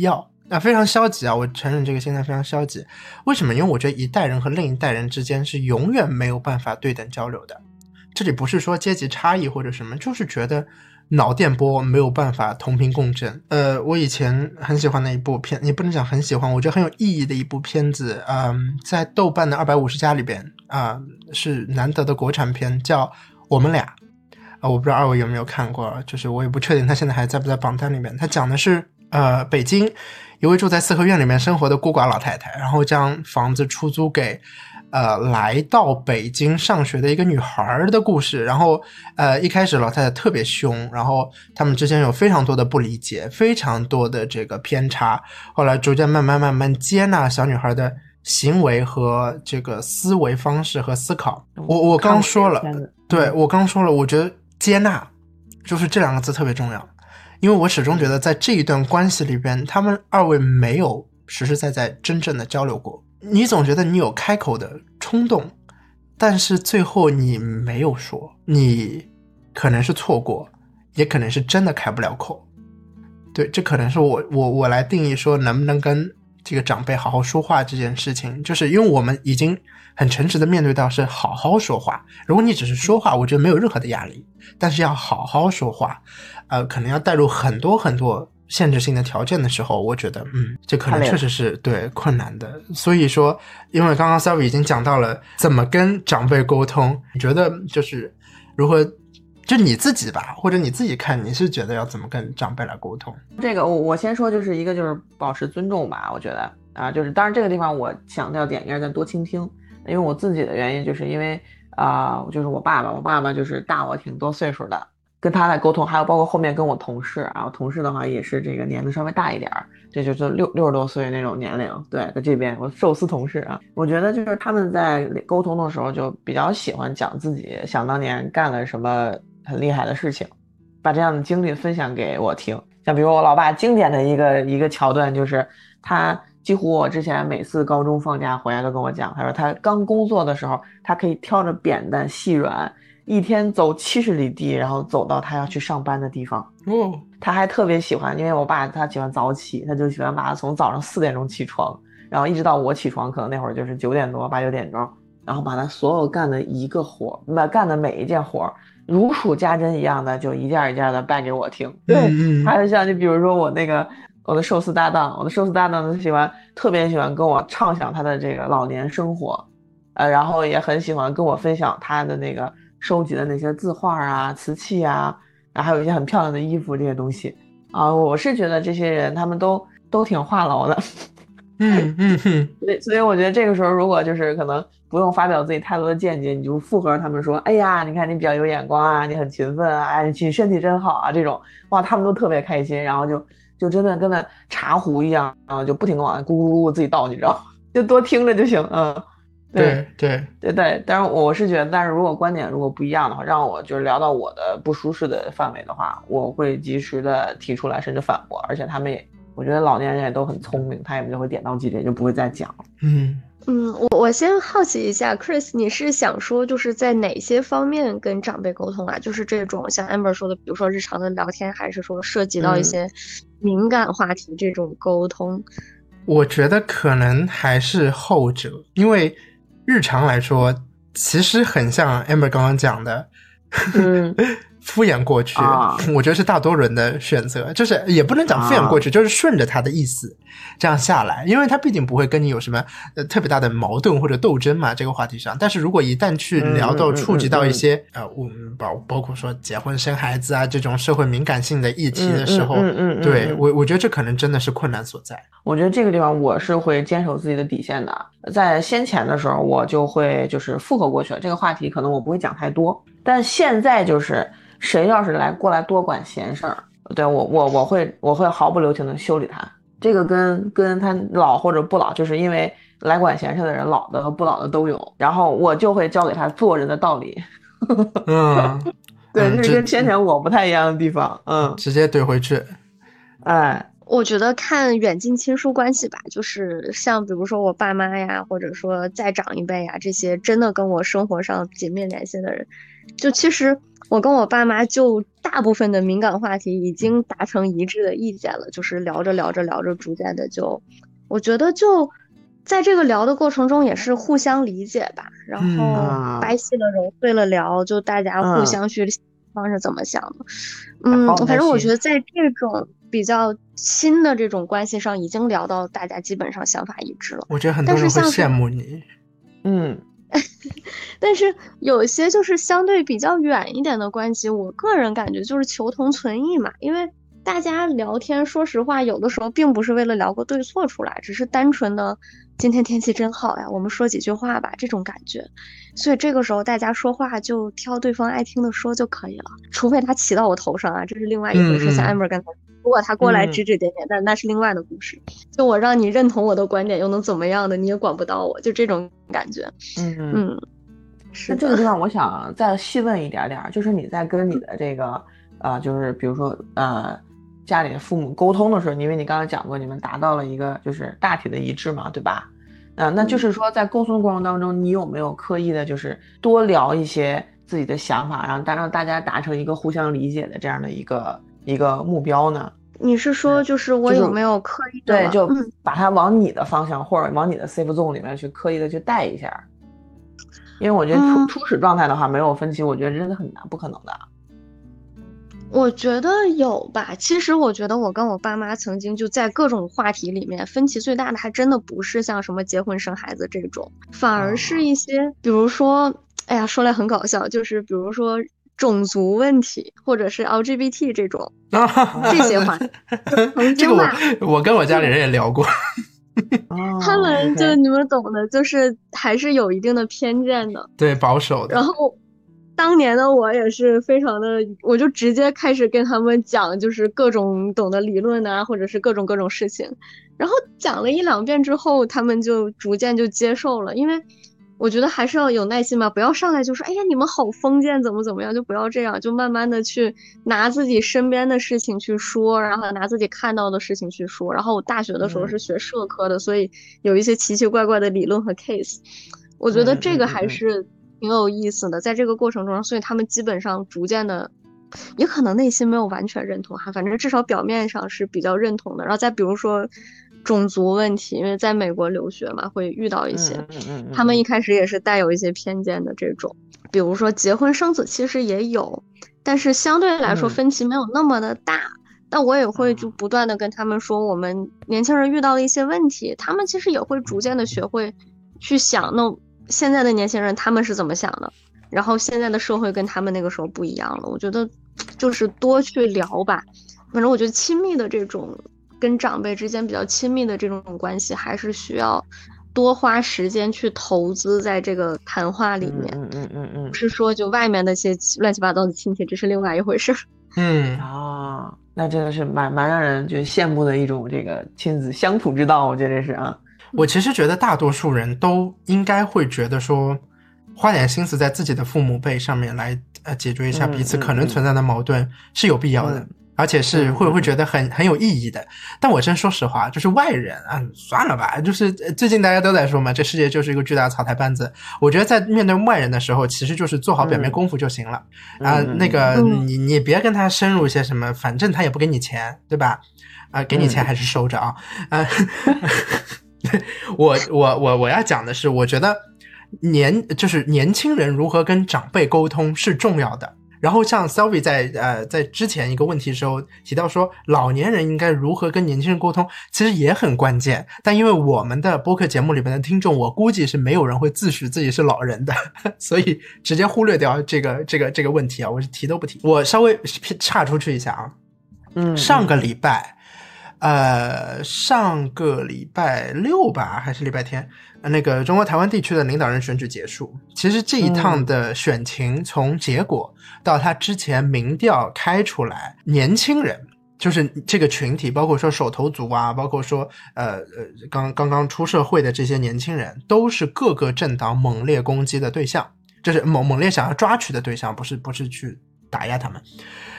A: 啊，非常消极啊！我承认这个心态非常消极。为什么？因为我觉得一代人和另一代人之间是永远没有办法对等交流的。这里不是说阶级差异或者什么，就是觉得脑电波没有办法同频共振。呃，我以前很喜欢的一部片，也不能讲很喜欢，我觉得很有意义的一部片子，嗯，在豆瓣的二百五十加里边啊、呃，是难得的国产片，叫《我们俩》。啊，我不知道二位有没有看过，就是我也不确定他现在还在不在榜单里面。他讲的是呃北京一位住在四合院里面生活的孤寡老太太，然后将房子出租给呃来到北京上学的一个女孩的故事。然后呃一开始老太太特别凶，然后他们之间有非常多的不理解，非常多的这个偏差，后来逐渐慢慢慢慢接纳小女孩的行为和这个思维方式和思考。我我刚说了，对，我刚说了，我觉得接纳就是这两个字特别重要。因为我始终觉得在这一段关系里边，他们二位没有实实在在真正的交流过。你总觉得你有开口的冲动，但是最后你没有说，你可能是错过，也可能是真的开不了口。对，这可能是我我我来定义说能不能跟这个长辈好好说话这件事情，就是因为我们已经很诚实的面对到是好好说话。如果你只是说话，我觉得没有任何的压力，但是要好好说话，呃，可能要带入很多很多限制性的条件的时候，我觉得，嗯，这可能确实是对困难的。所以说，因为刚刚 Selvi 已经讲到了怎么跟长辈沟通，你觉得就是如何？就你自己吧，或者你自己看，你是觉得要怎么跟长辈来沟通？
B: 这个我我先说，就是一个就是保持尊重吧，我觉得啊，就是当然这个地方我强调点应该是再多倾听，因为我自己的原因就是因为啊、呃，就是我爸爸，我爸爸就是大我挺多岁数的，跟他来沟通，还有包括后面跟我同事啊，我同事的话也是这个年龄稍微大一点，这就是六六十多岁那种年龄，对，在这边我寿司同事啊，我觉得就是他们在沟通的时候就比较喜欢讲自己想当年干了什么很厉害的事情，把这样的经历分享给我听。像比如我老爸经典的一个一个桥段，就是他几乎我之前每次高中放假回来都跟我讲，他说他刚工作的时候，他可以挑着扁担细软，一天走七十里地，然后走到他要去上班的地方。
A: 哦，
B: 他还特别喜欢，因为我爸他喜欢早起，他就喜欢把他从早上四点钟起床，然后一直到我起床，可能那会儿就是九点多八九点钟，然后把他所有干的一个活，干的每一件活如数家珍一样的，就一件一件的掰给我听。对，
A: 嗯嗯，
B: 还有像就比如说我那个我的寿司搭档，我的寿司搭档喜欢特别喜欢跟我畅想他的这个老年生活，呃，然后也很喜欢跟我分享他的那个收集的那些字画啊、瓷器啊，然后还有一些很漂亮的衣服这些东西啊，我是觉得这些人他们都都挺话痨的。
A: 嗯嗯嗯，
B: 所以所以我觉得这个时候如果就是可能不用发表自己太多的见解，你就附和他们说，哎呀，你看你比较有眼光啊，你很勤奋啊，哎，你身体真好啊，这种哇，他们都特别开心，然后就就真的跟那茶壶一样，然后就不停的往咕咕咕自己倒，你知道，就多听着就行，嗯，
A: 对对
B: 对对，当然我是觉得，但是如果观点如果不一样的话，让我就是聊到我的不舒适的范围的话，我会及时的提出来，甚至反驳，而且他们也。我觉得老年人也都很聪明，他们就会点到即止，就不会再讲了。
A: 嗯
C: 嗯，我我先好奇一下 ，Chris， 你是想说就是在哪些方面跟长辈沟通啊？就是这种像 Amber 说的，比如说日常的聊天，还是说涉及到一些敏感话题这种沟通？
A: 我觉得可能还是后者，因为日常来说，其实很像 Amber 刚刚讲的，
B: 嗯。
A: 敷衍过去、啊、我觉得是大多人的选择，就是也不能讲敷衍过去、啊、就是顺着他的意思这样下来，因为他毕竟不会跟你有什么呃特别大的矛盾或者斗争嘛，这个话题上。但是如果一旦去聊到触及到一些、嗯嗯嗯、呃我们包包括说结婚生孩子啊这种社会敏感性的议题的时候，
B: 嗯嗯嗯嗯、
A: 对我我觉得这可能真的是困难所在。
B: 我觉得这个地方我是会坚守自己的底线的，在先前的时候我就会就是附和过去了，这个话题可能我不会讲太多，但现在就是谁要是来过来多管闲事儿，对我我我会我会毫不留情的修理他。这个跟跟他老或者不老，就是因为来管闲事的人老的和不老的都有，然后我就会教给他做人的道理。
A: 嗯，
B: 对，这、嗯、是跟先前我不太一样的地方。嗯，
A: 直接怼回去。
B: 哎。
C: 我觉得看远近亲疏关系吧，就是像比如说我爸妈呀，或者说再长一辈呀，这些真的跟我生活上紧密联系的人，就其实我跟我爸妈就大部分的敏感话题已经达成一致的意见了，就是聊着聊着聊着，逐渐的就，我觉得就在这个聊的过程中也是互相理解吧，然后掰细了揉碎了聊，就大家互相去方是怎么想的。嗯，反正我觉得在这种比较新的这种关系上，已经聊到大家基本上想法一致了。
A: 我觉得很多人会羡慕你。
B: 嗯。
C: 但是有一些就是相对比较远一点的关系，我个人感觉就是求同存异嘛，因为大家聊天说实话有的时候并不是为了聊个对错出来，只是单纯的今天天气真好呀，我们说几句话吧，这种感觉。所以这个时候大家说话就挑对方爱听的说就可以了，除非他骑到我头上啊，这是另外一回事。嗯嗯，像 Amber 刚才如果他过来指指点点，嗯，但那是另外的故事。就我让你认同我的观点又能怎么样的，你也管不到我，就这种感觉。
B: 嗯
C: 嗯，
B: 那这个地方我想再细问一点点，就是你在跟你的这个呃，就是比如说呃家里的父母沟通的时候，因为你刚刚讲过你们达到了一个就是大体的一致嘛，对吧？啊、呃，那就是说在沟通的过程当中，你有没有刻意的就是多聊一些自己的想法，然后让大家达成一个互相理解的这样的一个一个目标呢？
C: 你是说就是我有没有刻意的、
B: 就是、对，就把它往你的方向、嗯、或者往你的 safe zone 里面去刻意的去带一下？因为我觉得初、嗯、初始状态的话没有分歧，我觉得真的很难，不可能的。
C: 我觉得有吧，其实我觉得我跟我爸妈曾经就在各种话题里面分歧最大的还真的不是像什么结婚生孩子这种，反而是一些、哦、比如说哎呀说来很搞笑，就是比如说种族问题或者是 L G B T 这种、啊、这些话题
A: 这个我我跟我家里人也聊过
C: 他们就、oh, 你们懂的，就是还是有一定的偏见的，
A: 对，保守的。
C: 然后当年的我也是非常的，我就直接开始跟他们讲，就是各种懂的理论啊，或者是各种各种事情，然后讲了一两遍之后，他们就逐渐就接受了，因为我觉得还是要有耐心吧，不要上来就说，哎呀，你们好封建，怎么怎么样，就不要这样，就慢慢的去拿自己身边的事情去说，然后拿自己看到的事情去说。然后我大学的时候是学社科的，嗯、所以有一些奇奇怪怪的理论和 case， 我觉得这个还是挺有意思的。在这个过程中，所以他们基本上逐渐的，也可能内心没有完全认同哈，反正至少表面上是比较认同的。然后再比如说种族问题，因为在美国留学嘛，会遇到一些、嗯嗯嗯、他们一开始也是带有一些偏见的这种，比如说结婚生子其实也有，但是相对来说分歧没有那么的大、嗯、但我也会就不断的跟他们说我们年轻人遇到的一些问题，他们其实也会逐渐的学会去想那现在的年轻人他们是怎么想的，然后现在的社会跟他们那个时候不一样了。我觉得就是多去聊吧，反正我觉得亲密的这种跟长辈之间比较亲密的这种关系，还是需要多花时间去投资在这个谈话里面。
B: 嗯嗯嗯嗯，
C: 不是说就外面那些乱七八糟的亲戚，这是另外一回事。
A: 嗯
B: 啊，那真的是蛮蛮让人觉得羡慕的一种这个亲子相处之道，我觉得是啊。
A: 我其实觉得大多数人都应该会觉得说，花点心思在自己的父母辈上面来呃解决一下彼此可能存在的矛盾是有必要的。嗯嗯嗯，而且是会会觉得很很有意义的。但我真说实话，就是外人啊，算了吧，就是最近大家都在说嘛，这世界就是一个巨大的草台班子。我觉得在面对外人的时候，其实就是做好表面功夫就行了、嗯、啊。那个、嗯、你你别跟他深入一些什么，反正他也不给你钱，对吧？啊，给你钱还是收着啊。嗯、啊，我我我我要讲的是，我觉得年就是年轻人如何跟长辈沟通是重要的。然后像 Sylvie 在呃在之前一个问题的时候提到说，老年人应该如何跟年轻人沟通，其实也很关键。但因为我们的播客节目里面的听众，我估计是没有人会自诩自己是老人的，所以直接忽略掉这个这个这个问题啊，我是提都不提。我稍微岔出去一下啊，
B: 嗯，
A: 上个礼拜，呃，上个礼拜六吧，还是礼拜天？那个中国台湾地区的领导人选举结束，其实这一趟的选情从结果到他之前民调开出来，年轻人就是这个群体，包括说手头族啊，包括说呃呃刚刚刚出社会的这些年轻人，都是各个政党猛烈攻击的对象，就是猛猛烈想要抓取的对象，不是不是去打压他们。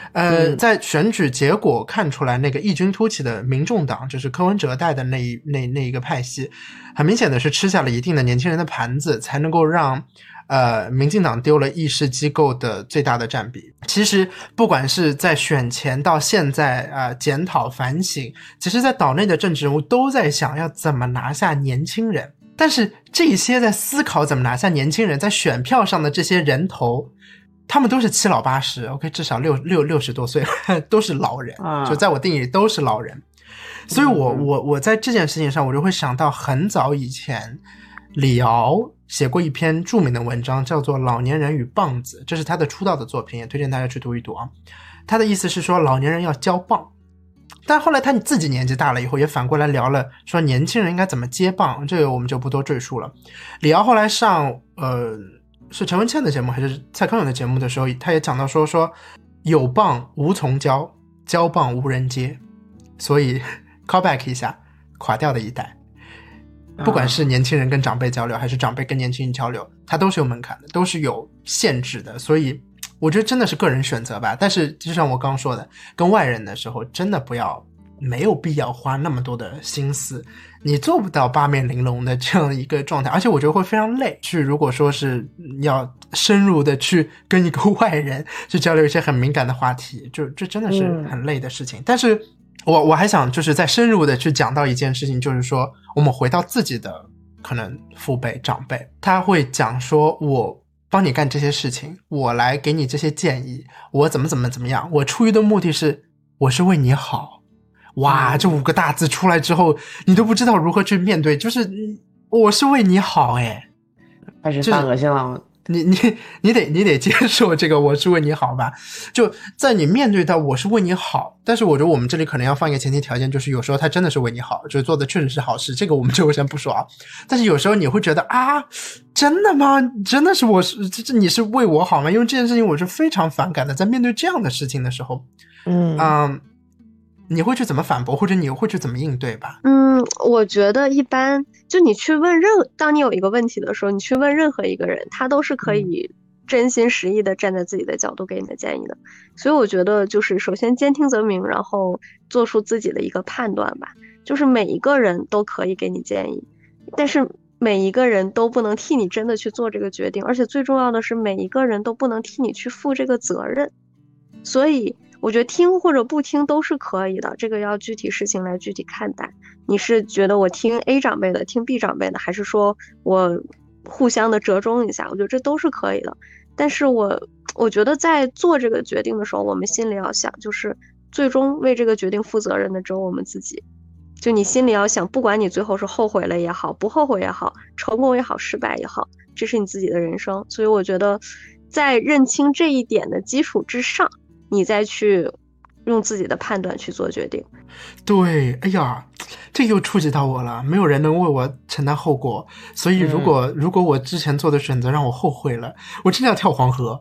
A: 呃，
B: 嗯
A: 在选举结果看出来，那个异军突起的民众党，就是柯文哲带的那一那那一个派系，很明显的是吃下了一定的年轻人的盘子，才能够让呃民进党丢了议事机构的最大的占比。其实不管是在选前到现在啊、呃、检讨反省，其实在岛内的政治人物都在想要怎么拿下年轻人。但是这些在思考怎么拿下年轻人，在选票上的这些人头，他们都是七老八十 ，OK， 至少六六六十多岁，都是老人，就在我定义里都是老人。所以我我我在这件事情上，我就会想到很早以前，李敖写过一篇著名的文章，叫做《老年人与棒子》，这是他的出道的作品，也推荐大家去读一读啊。他的意思是说，老年人要交棒。但后来他自己年纪大了以后，也反过来聊了，说年轻人应该怎么接棒，这个我们就不多赘述了。李敖后来上呃是陈文茜的节目还是蔡康永的节目的时候，他也讲到说说有棒无从交，交棒无人接，所以 call back 一下垮掉的一代，不管是年轻人跟长辈交流，还是长辈跟年轻人交流，它都是有门槛的，都是有限制的，所以我觉得真的是个人选择吧。但是就像我刚刚说的，跟外人的时候真的不要，没有必要花那么多的心思，你做不到八面玲珑的这样一个状态，而且我觉得会非常累。去如果说是要深入的去跟一个外人去交流一些很敏感的话题，就这真的是很累的事情。嗯、但是我我还想就是再深入的去讲到一件事情，就是说我们回到自己的可能父辈长辈，他会讲说我帮你干这些事情，我来给你这些建议，我怎么怎么怎么样，我出于的目的是我是为你好。哇，这五个大字出来之后，你都不知道如何去面对，就是我是为你好，哎，
B: 开始犯恶心了。
A: 你你你得你得接受这个我是为你好吧。就在你面对到我是为你好，但是我觉得我们这里可能要放一个前提条件，就是有时候他真的是为你好，就是做的确实是好事，这个我们就先不说啊。但是有时候你会觉得啊，真的吗？真的是我是这你是为我好吗？因为这件事情我是非常反感的，在面对这样的事情的时候，
B: 嗯
A: 嗯。你会去怎么反驳，或者你会去怎么应对吧？
C: 嗯，我觉得一般就你去问任，当你有一个问题的时候，你去问任何一个人，他都是可以真心实意的站在自己的角度给你的建议的。所以我觉得就是首先兼听则明，然后做出自己的一个判断吧。就是每一个人都可以给你建议，但是每一个人都不能替你真的去做这个决定，而且最重要的是每一个人都不能替你去负这个责任。所以我觉得听或者不听都是可以的，这个要具体事情来具体看待。你是觉得我听 A 长辈的，听 B 长辈的，还是说我互相的折中一下？我觉得这都是可以的。但是我我觉得在做这个决定的时候，我们心里要想，就是最终为这个决定负责任的只有我们自己。就你心里要想，不管你最后是后悔了也好，不后悔也好，成功也好，失败也好，这是你自己的人生。所以我觉得在认清这一点的基础之上，你再去用自己的判断去做决定。
A: 对，哎呀，这又触及到我了，没有人能为我承担后果，所以如果、嗯、如果我之前做的选择让我后悔了，我真的要跳黄河。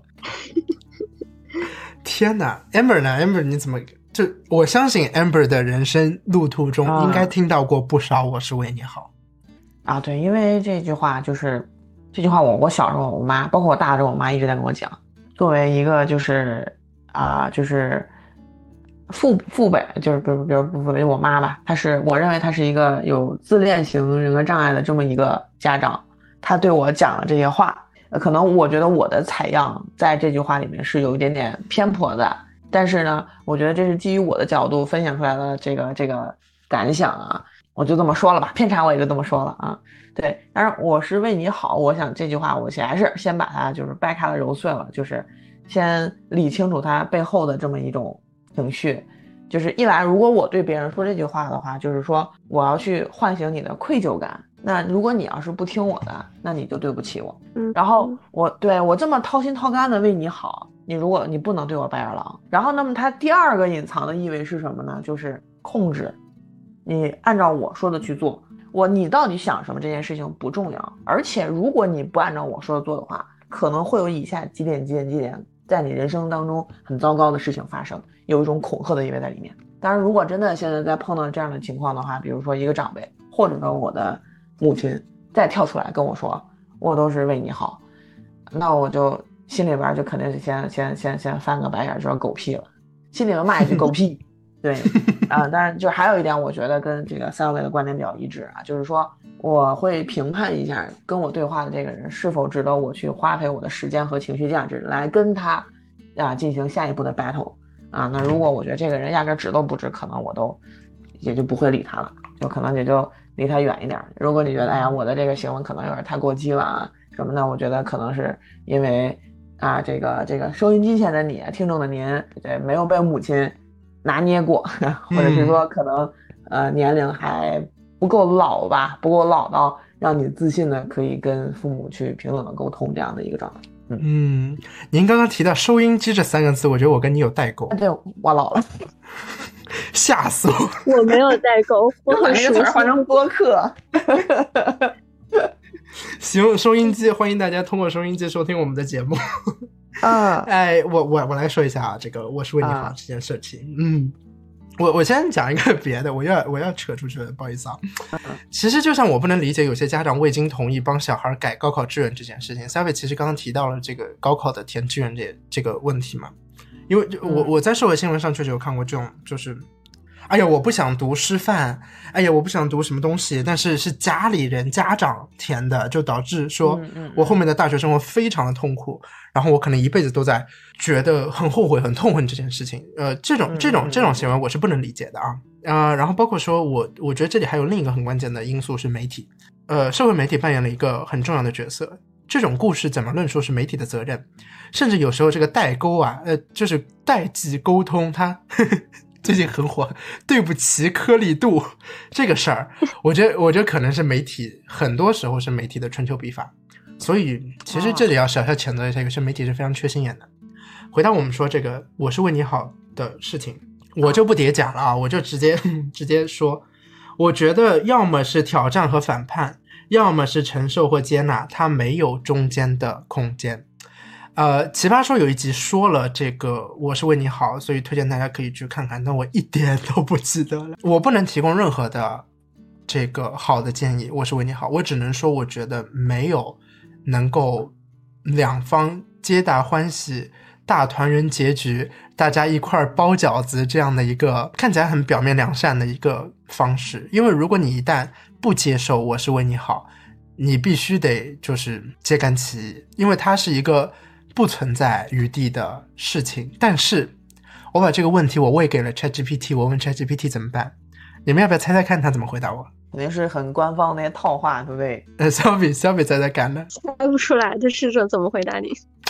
A: 天哪 Amber 呢 Amber 你怎么就我相信 Amber 的人生路途中应该听到过不少我是为你好
B: 啊。对，因为这句话就是这句话我我小时候我妈包括我大的时候我妈一直在跟我讲，作为一个就是啊、呃，就是父父辈，就是比如比如父辈我妈吧，她是我认为她是一个有自恋型人格障碍的这么一个家长，她对我讲了这些话，可能我觉得我的采样在这句话里面是有一点点偏颇的，但是呢，我觉得这是基于我的角度分享出来的这个这个感想啊，我就这么说了吧，偏差我也就这么说了啊。对，当然我是为你好，我想这句话我还是先把它就是掰开了揉碎了，就是先理清楚它背后的这么一种情绪。就是一来如果我对别人说这句话的话，就是说我要去唤醒你的愧疚感，那如果你要是不听我的，那你就对不起我。
C: 嗯，
B: 然后我对我这么掏心掏肝的为你好，你如果你不能对我白眼狼。然后那么它第二个隐藏的意味是什么呢？就是控制，你按照我说的去做，我你到底想什么这件事情不重要，而且如果你不按照我说的做的话，可能会有以下几点几点几点在你人生当中很糟糕的事情发生，有一种恐吓的意味在里面。当然如果真的现在在碰到这样的情况的话，比如说一个长辈或者说我的母亲再跳出来跟我说我都是为你好，那我就心里边就肯定是先先先先翻个白眼，就说狗屁了。 心里面骂一句狗屁。对啊、呃，当然就还有一点，我觉得跟这个三位的观点比较一致啊，就是说我会评判一下跟我对话的这个人是否值得我去花费我的时间和情绪价值来跟他啊进行下一步的 battle 啊。那如果我觉得这个人压根值都不值，可能我都也就不会理他了，就可能也就离他远一点。如果你觉得哎呀我的这个行为可能有点太过激了啊什么的，我觉得可能是因为啊这个这个收音机前的你听众的您对没有被母亲拿捏过，或者是说可能、嗯、呃年龄还不够老吧，不够老到让你自信的可以跟父母去平等的沟通这样的一个状态。
A: 嗯, 嗯，您刚刚提到收音机这三个字，我觉得我跟你有代沟。
B: 对，我老了，
A: 吓死我！
C: 我没有代沟，我
B: 把这个词换成播客。
A: 行，收音机，欢迎大家通过收音机收听我们的节目。
B: 啊，
A: 哎，我我我来说一下啊，这个我是为你好这件事情。啊、嗯，我我先讲一个别的，我要我要扯出去了，不好意思啊。其实就像我不能理解有些家长未经同意帮小孩改高考志愿这件事情 ，Savvy 其实刚刚提到了这个高考的填志愿这这个问题嘛，因为我我在社会新闻上确实有看过这种，就是哎呀我不想读师范，哎呀我不想读什么东西，但是是家里人家长填的，就导致说我后面的大学生活非常的痛苦，然后我可能一辈子都在觉得很后悔很痛恨这件事情。呃，这种这种这种行为我是不能理解的啊。呃，然后包括说我我觉得这里还有另一个很关键的因素是媒体，呃，社会媒体扮演了一个很重要的角色。这种故事怎么论述是媒体的责任，甚至有时候这个代沟啊，呃，就是代际沟通，它呵呵最近很火，对不起颗粒度这个事儿，我觉得我觉得可能是媒体，很多时候是媒体的春秋笔法。所以其实这里要小小谴责一下，有些媒体是非常缺心眼的。回到我们说这个我是为你好的事情，我就不叠讲了啊，我就直接直接说，我觉得要么是挑战和反叛，要么是承受或接纳，它没有中间的空间。呃，奇葩说有一集说了这个我是为你好，所以推荐大家可以去看看，但我一点都不记得了。我不能提供任何的这个好的建议，我是为你好，我只能说我觉得没有能够两方皆大欢喜大团圆结局，大家一块包饺子这样的一个看起来很表面良善的一个方式。因为如果你一旦不接受我是为你好，你必须得就是揭竿起义，因为它是一个不存在余地的事情。但是我把这个问题我喂给了 ChatGPT， 我问 ChatGPT 怎么办，你们要不要猜猜看他怎么回答我？
B: 肯定是很官方那些套话，对不对？
A: 呃，小比小比猜猜看呢？
C: 猜不出来，这试着怎么回答你？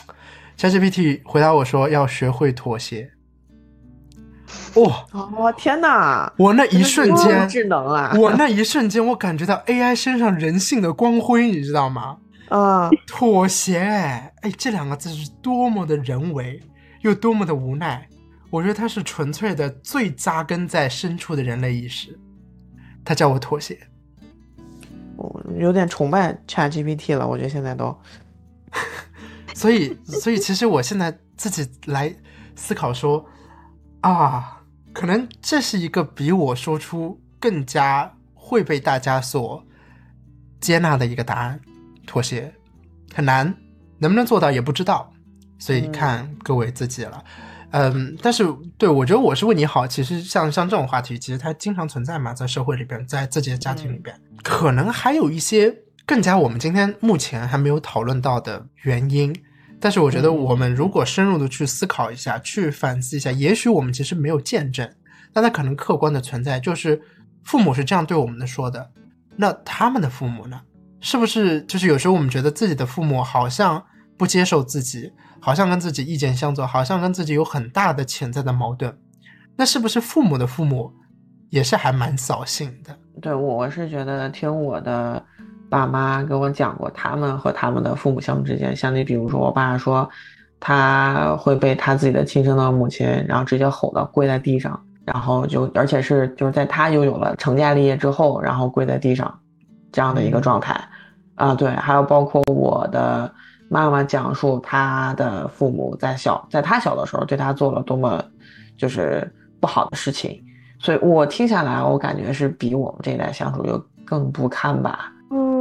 A: ChatGPT 回答我说要学会妥协。哇、哦！
B: 哦天哪！
A: 我那一瞬间，
B: 智能啊！
A: 我那一瞬间，我感觉到 A I 身上人性的光辉，你知道吗？
B: 啊、嗯，
A: 妥协，哎，这两个字是多么的人为，又多么的无奈。我觉得它是纯粹的最扎根在深处的人类意识。他叫我妥协，
B: 我有点崇拜 ChatGPT 了。我觉得现在都，
A: 所以，所以其实我现在自己来思考说，啊，可能这是一个比我说出更加会被大家所接纳的一个答案。妥协很难，能不能做到也不知道，所以看各位自己了。嗯，但是对我觉得我是为你好，其实像像这种话题，其实它经常存在嘛，在社会里边，在自己的家庭里边，嗯、可能还有一些更加我们今天目前还没有讨论到的原因。但是我觉得我们如果深入的去思考一下，去反思一下，也许我们其实没有见证，但它可能客观的存在，就是父母是这样对我们的说的，那他们的父母呢？是不是就是有时候我们觉得自己的父母好像不接受自己，好像跟自己意见相左，好像跟自己有很大的潜在的矛盾，那是不是父母的父母也是还蛮扫兴的？
B: 对，我是觉得听我的爸妈跟我讲过他们和他们的父母相处之间，像你比如说我爸说他会被他自己的亲生的母亲然后直接吼到跪在地上，然后就而且是就是在他拥有了成家立业之后然后跪在地上这样的一个状态、嗯、啊，对，还有包括我的妈妈讲述她的父母在小在她小的时候对她做了多么就是不好的事情，所以我听下来我感觉是比我们这一代相处又更不堪吧。
C: 嗯，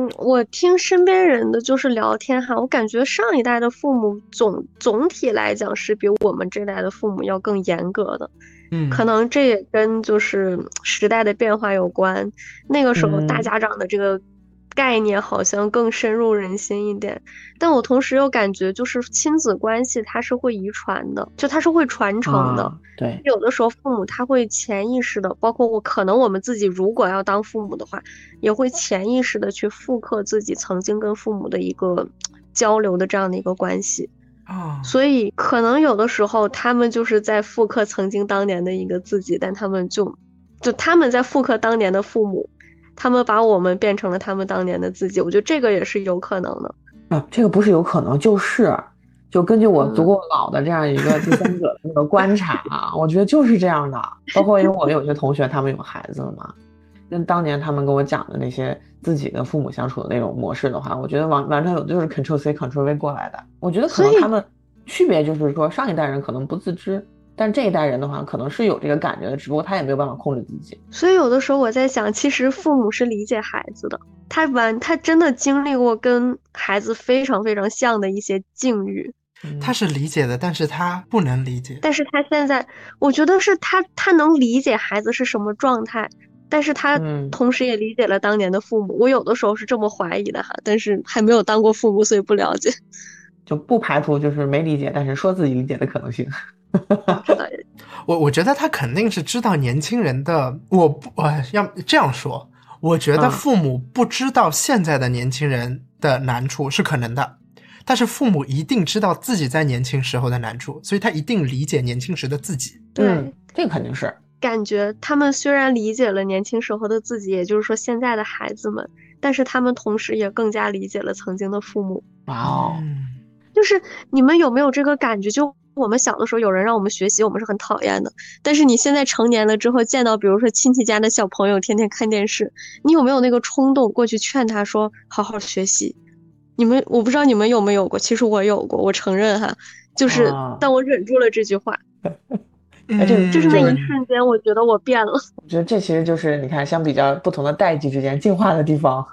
C: 嗯，我听身边人的就是聊天哈，我感觉上一代的父母总总体来讲是比我们这代的父母要更严格的，
A: 嗯，
C: 可能这也跟就是时代的变化有关。那个时候大家长的这个概念好像更深入人心一点，但我同时又感觉就是亲子关系它是会遗传的，就它是会传承的。
B: 啊，对，
C: 有的时候父母他会潜意识的，包括我可能我们自己如果要当父母的话，也会潜意识的去复刻自己曾经跟父母的一个交流的这样的一个关系。
A: 啊，
C: 所以可能有的时候他们就是在复刻曾经当年的一个自己，但他们就就他们在复刻当年的父母，他们把我们变成了他们当年的自己，我觉得这个也是有可能的。
B: 啊，这个不是有可能，就是就根据我足够老的这样一个第三者的那个观察啊，我觉得就是这样的。包括因为我有些同学他们有孩子了嘛，跟当年他们跟我讲的那些自己跟父母相处的那种模式的话，我觉得完完全有就是 Control C Control V 过来的。我觉得可能他们区别就是说上一代人可能不自知，但这一代人的话可能是有这个感觉的，只不过他也没有办法控制自己。
C: 所以有的时候我在想，其实父母是理解孩子的，他完他真的经历过跟孩子非常非常像的一些境遇。
A: 他是理解的，但是他不能理解。
C: 但是他现在，我觉得是他他能理解孩子是什么状态，但是他同时也理解了当年的父母。嗯、我有的时候是这么怀疑的哈，但是还没有当过父母，所以不了解。
B: 就不排除就是没理解，但是说自己理解的可能性。
A: 我我觉得他肯定是知道年轻人的，我不我要这样说，我觉得父母不知道现在的年轻人的难处是可能的。嗯，但是父母一定知道自己在年轻时候的难处，所以他一定理解年轻时的自己。
C: 对，
B: 嗯，这个肯定是。
C: 感觉他们虽然理解了年轻时候的自己，也就是说现在的孩子们，但是他们同时也更加理解了曾经的父母。
B: 哇哦，
C: 就是你们有没有这个感觉？就我们小的时候有人让我们学习，我们是很讨厌的，但是你现在成年了之后，见到比如说亲戚家的小朋友天天看电视，你有没有那个冲动过去劝他说好好学习？你们我不知道你们有没有过，其实我有过，我承认哈，就是但我忍住了这句话。
B: 哎，这
C: 就是那一瞬间，我觉得我变了。
B: 我觉得这其实就是你看，相比较不同的代际之间进化的地方。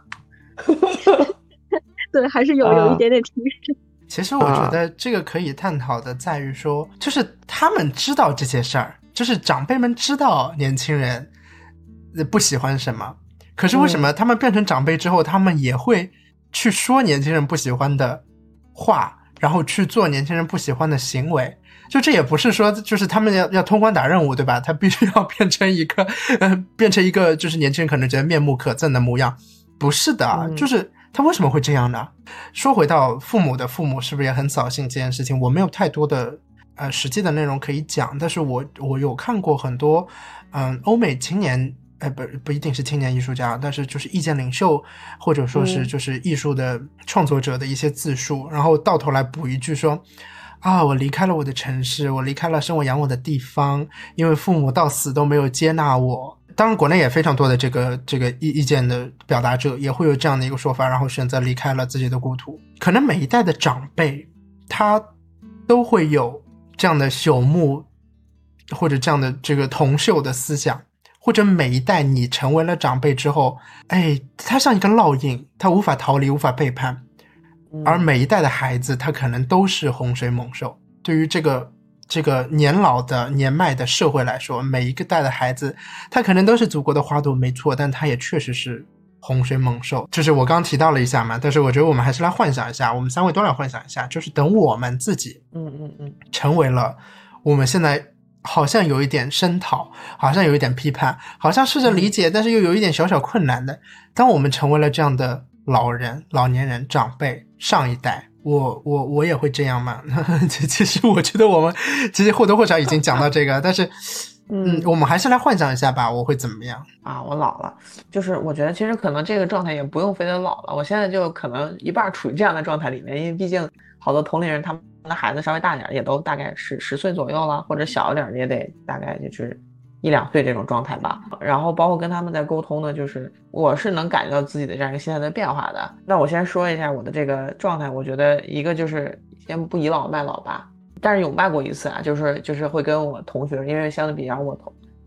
C: 对，还是有有一点点提示。
A: 其实我觉得这个可以探讨的在于说，就是他们知道这些事儿，就是长辈们知道年轻人不喜欢什么，可是为什么他们变成长辈之后，他们也会去说年轻人不喜欢的话，然后去做年轻人不喜欢的行为？就这也不是说就是他们要要通关打任务，对吧？他必须要变成一个呃变成一个就是年轻人可能觉得面目可憎的模样，不是的，嗯、就是他为什么会这样呢？说回到父母的父母是不是也很扫兴这件事情，我没有太多的呃实际的内容可以讲，但是我我有看过很多嗯欧美青年呃不不一定是青年艺术家，但是就是意见领袖或者说是就是艺术的创作者的一些自述，嗯、然后到头来补一句说啊，我离开了我的城市，我离开了生我养我的地方，因为父母到死都没有接纳我。当然国内也非常多的这个这个意意见的表达者也会有这样的一个说法，然后选择离开了自己的故土。可能每一代的长辈他都会有这样的朽木或者这样的这个铜锈的思想，或者每一代你成为了长辈之后，哎，他像一个烙印，他无法逃离，无法背叛。而每一代的孩子他可能都是洪水猛兽，对于这个这个年老的年迈的社会来说，每一个代的孩子他可能都是祖国的花朵没错，但他也确实是洪水猛兽。就是我刚刚提到了一下嘛，但是我觉得我们还是来幻想一下，我们三位都来幻想一下，就是等我们自己
B: 嗯嗯嗯
A: 成为了我们现在好像有一点声讨，好像有一点批判，好像试着理解，但是又有一点小小困难的，当我们成为了这样的老人老年人长辈上一代，我我我也会这样吗？其实我觉得我们其实或多或少已经讲到这个，但是嗯，我们还是来幻想一下吧，我会怎么样
B: 啊？我老了，就是我觉得其实可能这个状态也不用非得老了，我现在就可能一半处于这样的状态里面，因为毕竟好多同龄人他们的孩子稍微大点，也都大概是十岁左右了，或者小一点也得大概就是一两岁这种状态吧。然后包括跟他们在沟通呢，就是我是能感觉到自己的这样一个心态的变化的。那我先说一下我的这个状态，我觉得一个就是先不倚老卖老吧，但是有卖过一次啊，就是就是会跟我同学，因为相对比较我同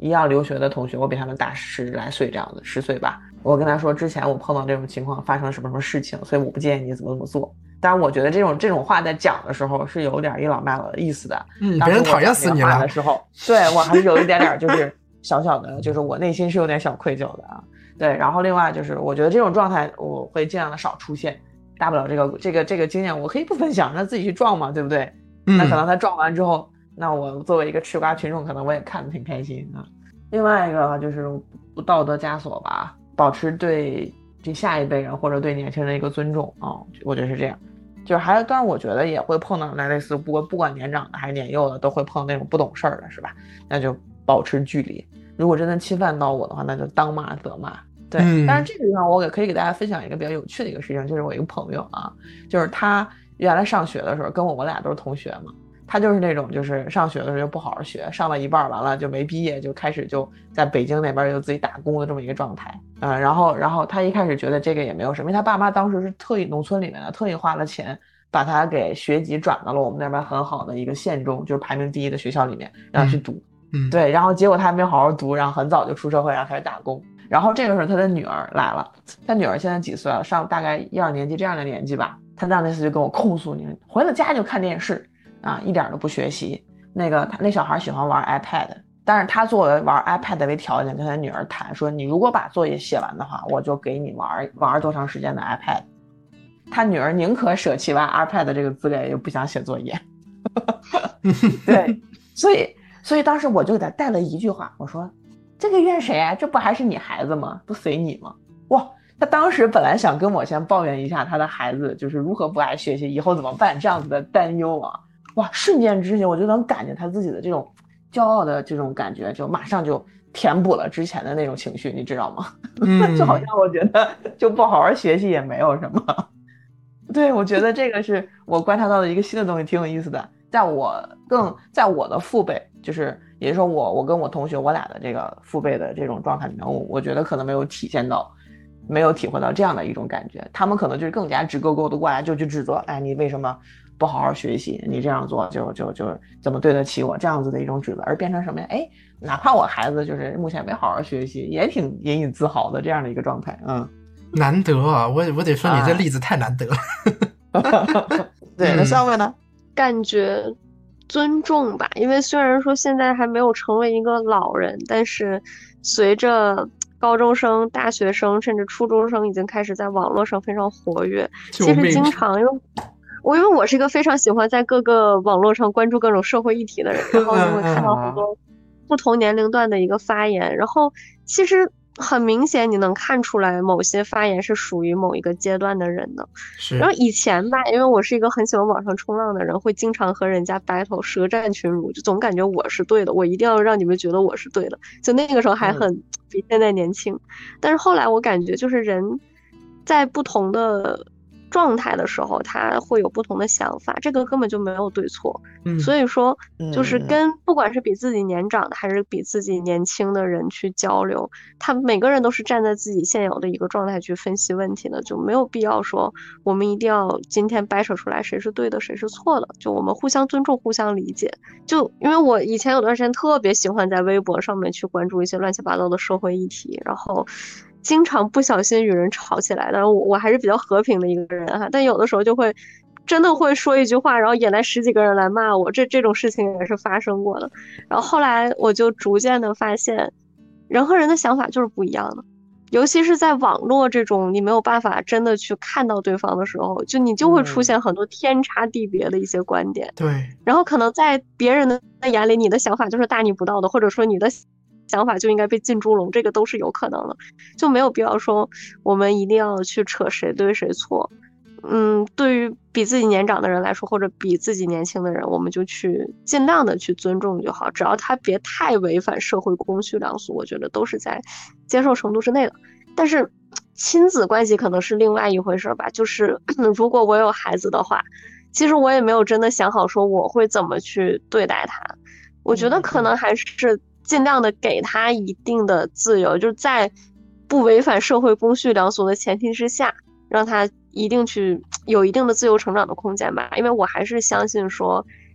B: 一样留学的同学，我比他们大十来岁这样子，十岁吧。我跟他说之前我碰到这种情况发生了什么什么事情，所以我不建议你怎么怎么做。当然我觉得这种这种话在讲的时候是有点倚老卖老的意思的。
A: 嗯，别人讨厌死你了
B: 的时候，对我还是有一点点就是小小的，就是我内心是有点小愧疚的啊。对，然后另外就是我觉得这种状态我会尽量的少出现，大不了这个这个这个经验我可以不分享，让自己去撞嘛，对不对？嗯、那可能他撞完之后，那我作为一个吃瓜群众，可能我也看得挺开心啊。另外一个就是不道德枷锁吧，保持对这下一辈人或者对年轻人的一个尊重啊、哦，我觉得是这样。就是还当然我觉得也会碰到类似不不管年长的还是年幼的都会碰到那种不懂事儿的，是吧？那就保持距离。如果真的侵犯到我的话，那就当骂则骂。对，嗯、但是这个地方我也可以给大家分享一个比较有趣的一个事情，就是我一个朋友啊，就是他原来上学的时候跟我我俩都是同学嘛，他就是那种就是上学的时候就不好好学，上了一半完了就没毕业，就开始就在北京那边就自己打工的这么一个状态。嗯，然后然后他一开始觉得这个也没有什么，因为他爸妈当时是特意农村里面的，特意花了钱把他给学籍转到了我们那边很好的一个县中，就是排名第一的学校里面让他去读。嗯，对，然后结果他还没好好读，然后很早就出社会，然后开始打工。然后这个时候他的女儿来了，他女儿现在几岁了？上大概一二年级这样的年纪吧。他那次就跟我控诉，你回了家就看电视啊，一点都不学习。那个他那小孩喜欢玩 iPad， 但是他作为玩 iPad 为条件跟他女儿谈说，你如果把作业写完的话，我就给你玩玩多长时间的 iPad。他女儿宁可舍弃玩 iPad 这个资源，也不想写作业。对，所以所以当时我就给他带了一句话，我说这个怨谁啊？这不还是你孩子吗？不随你吗？哇！他当时本来想跟我先抱怨一下他的孩子就是如何不爱学习，以后怎么办这样子的担忧啊！哇，瞬间之间我就能感觉他自己的这种骄傲的这种感觉，就马上就填补了之前的那种情绪，你知道吗？嗯、就好像我觉得就不好好学习也没有什么。对，我觉得这个是我观察到的一个新的东西，挺有意思的。在我更在我的父辈，就是也就是说我我跟我同学我俩的这个父辈的这种状态里面，我我觉得可能没有体现到。没有体会到这样的一种感觉，他们可能就是更加直勾勾的过来就去指责，哎，你为什么不好好学习？你这样做就就就怎么对得起我？这样子的一种指责，而变成什么呀？哎，哪怕我孩子就是目前没好好学习，也挺引以自豪的这样的一个状态。嗯，
A: 难得啊，我我得说你这例子太难得了。
B: 啊、对，那下面呢？
C: 感觉尊重吧，因为虽然说现在还没有成为一个老人，但是随着高中生、大学生甚至初中生已经开始在网络上非常活跃。其实经常因为我因为我是一个非常喜欢在各个网络上关注各种社会议题的人，然后就会看到很多不同年龄段的一个发言，然后其实很明显你能看出来某些发言是属于某一个阶段的人的。然后以前吧，因为我是一个很喜欢网上冲浪的人，会经常和人家 battle 舌战群儒，就总感觉我是对的，我一定要让你们觉得我是对的，就那个时候还很、嗯、比现在年轻。但是后来我感觉就是人在不同的状态的时候他会有不同的想法，这个根本就没有对错、嗯、所以说就是跟不管是比自己年长的还是比自己年轻的人去交流，他们每个人都是站在自己现有的一个状态去分析问题的，就没有必要说我们一定要今天掰扯出来谁是对的谁是错的，就我们互相尊重互相理解。就因为我以前有段时间特别喜欢在微博上面去关注一些乱七八糟的社会议题，然后经常不小心与人吵起来，但是我我还是比较和平的一个人哈，但有的时候就会真的会说一句话，然后引来十几个人来骂我，这这种事情也是发生过的。然后后来我就逐渐的发现，人和人的想法就是不一样的，尤其是在网络这种你没有办法真的去看到对方的时候，就你就会出现很多天差地别的一些观点。
A: 对、嗯，
C: 然后可能在别人的眼里，你的想法就是大逆不道的，或者说你的想法就应该被进猪笼，这个都是有可能的，就没有必要说我们一定要去扯谁对谁错。嗯，对于比自己年长的人来说，或者比自己年轻的人，我们就去尽量的去尊重就好，只要他别太违反社会公序良俗，我觉得都是在接受程度之内的。但是亲子关系可能是另外一回事吧，就是如果我有孩子的话，其实我也没有真的想好说我会怎么去对待他，我觉得可能还是尽量的给他一定的自由，就是在不违反社会公序良俗的前提之下，让他一定去有一定的自由成长的空间吧。因为我还是相信说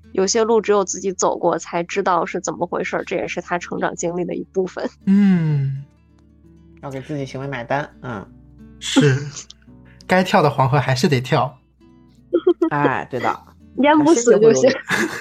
C: 有些路只有自己走过才知道是怎么回事，这也是他成长经历的一部分。
A: 嗯，
B: 要给自己行为买单。嗯，
A: 是，该跳的黄河还是得跳。
B: 哎，对的，
C: 淹不死就行。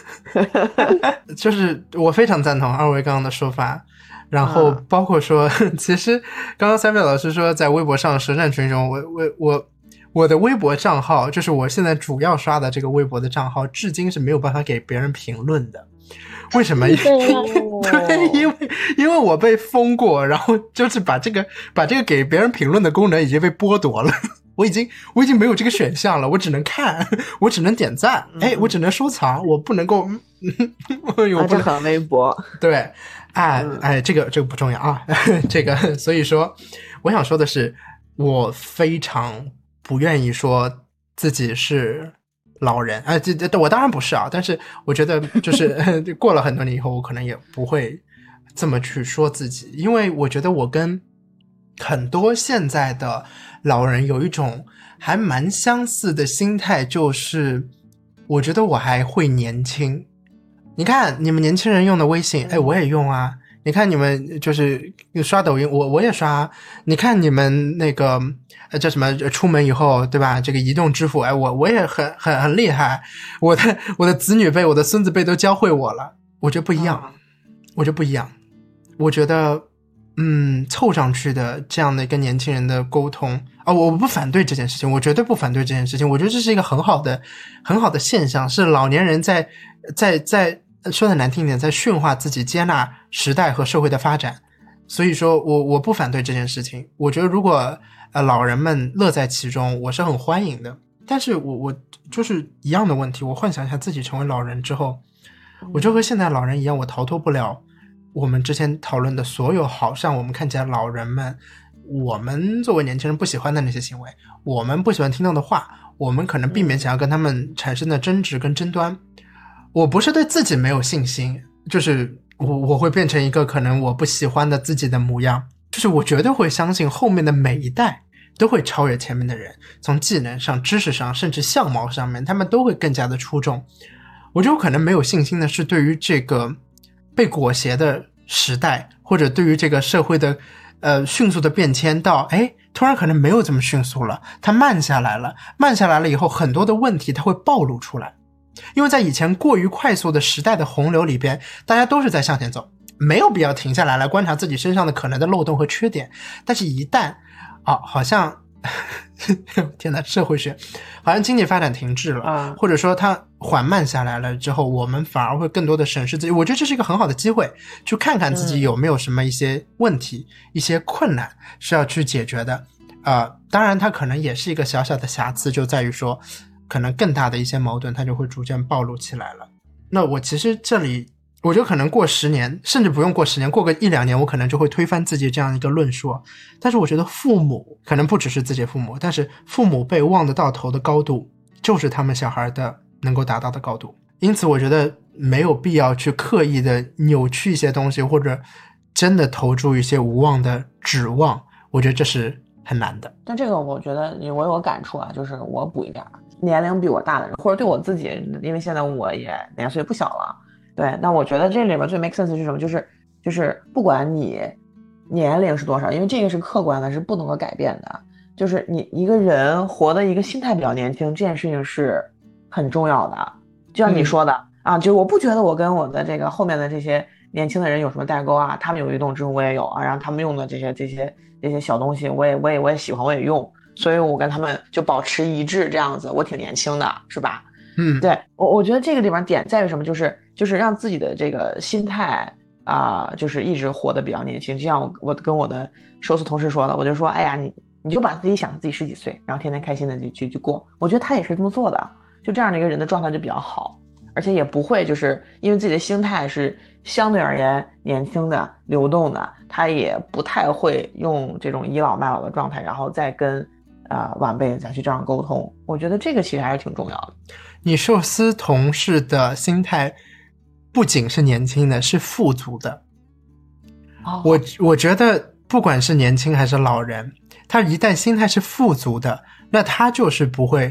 A: 就是我非常赞同二位刚刚的说法，然后包括说，啊、其实刚刚三位老师说在微博上实战群中，我我我我的微博账号，就是我现在主要刷的这个微博的账号，至今是没有办法给别人评论的。为什么？对，因为因为我被封过，然后就是把这个把这个给别人评论的功能已经被剥夺了。我已经我已经没有这个选项了，我只能看，我只能点赞，哎，我只能收藏，我不能够，我不能、
B: 啊、这很微博。
A: 对，哎哎，这个这个不重要啊，这个所以说，我想说的是，我非常不愿意说自己是老人，啊，这这我当然不是啊，但是我觉得就是过了很多年以后，我可能也不会这么去说自己，因为我觉得我跟很多现在的老人有一种还蛮相似的心态，就是我觉得我还会年轻。你看你们年轻人用的微信，哎，我也用啊。你看你们就是刷抖音，我我也刷。你看你们那个呃叫什么，出门以后对吧？这个移动支付，哎，我我也很很很厉害。我的我的子女辈，我的孙子辈都教会我了。我觉得不一样，我觉得不一样。我觉得。嗯，凑上去的这样的一个年轻人的沟通啊，我不反对这件事情，我绝对不反对这件事情。我觉得这是一个很好的、很好的现象，是老年人在在在说的难听一点，在驯化自己，接纳时代和社会的发展。所以说我我不反对这件事情。我觉得如果呃老人们乐在其中，我是很欢迎的。但是我我就是一样的问题，我幻想一下自己成为老人之后，我就和现在老人一样，我逃脱不了。我们之前讨论的所有好像我们看起来老人们，我们作为年轻人不喜欢的那些行为，我们不喜欢听到的话，我们可能避免想要跟他们产生的争执跟争端。我不是对自己没有信心，就是我我会变成一个可能我不喜欢的自己的模样，就是我绝对会相信后面的每一代都会超越前面的人，从技能上、知识上，甚至相貌上面，他们都会更加的出众。我觉得我可能没有信心的是对于这个被裹挟的时代，或者对于这个社会的呃迅速的变迁到哎突然可能没有这么迅速了，它慢下来了，慢下来了以后很多的问题它会暴露出来。因为在以前过于快速的时代的洪流里边，大家都是在向前走，没有必要停下来来观察自己身上的可能的漏洞和缺点。但是一旦啊好像天哪，社会学好像经济发展停滞了、啊、或者说它缓慢下来了之后，我们反而会更多的审视自己。我觉得这是一个很好的机会，去看看自己有没有什么一些问题、嗯、一些困难是要去解决的。呃，当然它可能也是一个小小的瑕疵，就在于说可能更大的一些矛盾它就会逐渐暴露起来了。那我其实这里我觉得可能过十年，甚至不用过十年，过个一两年我可能就会推翻自己这样一个论述。但是我觉得父母可能不只是自己父母，但是父母被望得到头的高度就是他们小孩的能够达到的高度。因此我觉得没有必要去刻意的扭曲一些东西，或者真的投注一些无望的指望，我觉得这是很难的。
B: 但这个我觉得我有感触啊，就是我补一点，年龄比我大的人，或者对我自己，因为现在我也年岁不小了，对，那我觉得这里边最 make sense 是什么？就是就是不管你年龄是多少，因为这个是客观的，是不能够改变的。就是你一个人活的一个心态比较年轻，这件事情是很重要的。就像你说的、嗯、啊，就是我不觉得我跟我的这个后面的这些年轻的人有什么代沟啊，他们有移动支付我也有啊，然后他们用的这些这些这些小东西我也我也我也喜欢，我也用，所以我跟他们就保持一致，这样子我挺年轻的，是吧？
A: 嗯，
B: 对，我我觉得这个地方点在于什么？就是就是让自己的这个心态啊、呃，就是一直活得比较年轻。就像我我跟我的收司同事说了，我就说，哎呀，你你就把自己想自己十几岁，然后天天开心的去去去过。我觉得他也是这么做的，就这样的一个人的状态就比较好，而且也不会就是因为自己的心态是相对而言年轻的、流动的，他也不太会用这种倚老卖老的状态，然后再跟啊、呃、晚辈再去这样沟通。我觉得这个其实还是挺重要的。
A: 你寿司同事的心态不仅是年轻的，是富足的。
B: 哦、
A: 我我觉得不管是年轻还是老人，他一旦心态是富足的，那他就是不会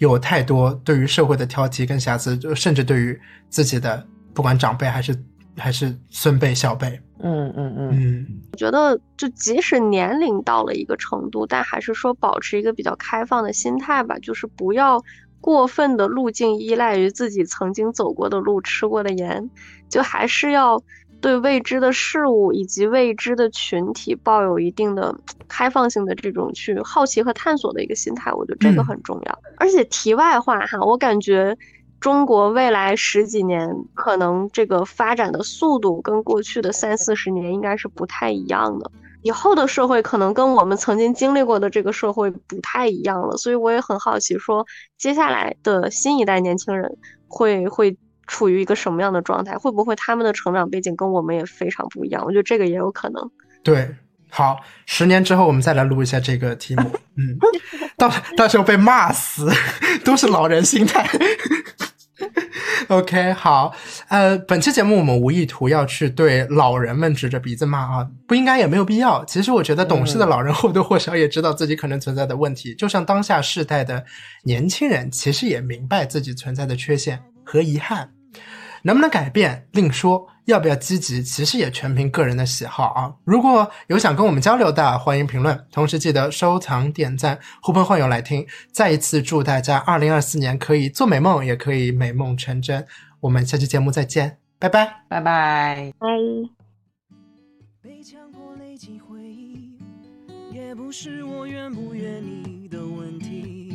A: 有太多对于社会的挑剔跟瑕疵，就甚至对于自己的不管长辈还是还是孙辈小辈。
B: 嗯嗯嗯
A: 嗯，
C: 我觉得就即使年龄到了一个程度，但还是说保持一个比较开放的心态吧，就是不要过分的路径依赖于自己曾经走过的路、吃过的盐，就还是要对未知的事物以及未知的群体抱有一定的开放性的这种去好奇和探索的一个心态，我觉得这个很重要。嗯、而且题外话哈，我感觉中国未来十几年可能这个发展的速度跟过去的三四十年应该是不太一样的。以后的社会可能跟我们曾经经历过的这个社会不太一样了，所以我也很好奇说接下来的新一代年轻人会会处于一个什么样的状态，会不会他们的成长背景跟我们也非常不一样，我觉得这个也有可能。
A: 对，好，十年之后我们再来录一下这个题目。嗯，到到时候被骂死，都是老人心态。OK， 好，呃，本期节目我们无意图要去对老人们指着鼻子骂啊，不应该也没有必要。其实我觉得懂事的老人或多或少也知道自己可能存在的问题，嗯、就像当下世代的年轻人其实也明白自己存在的缺陷和遗憾。能不能改变另说，要不要积极其实也全凭个人的喜好啊。如果有想跟我们交流的，欢迎评论，同时记得收藏点赞，呼朋唤友来听。再一次祝大家二零二四年可以做美梦，也可以美梦成真。我们下期节目再见，拜拜
B: 拜拜
C: 拜。
D: 被强迫累积回忆，也不是我愿不愿意的问题，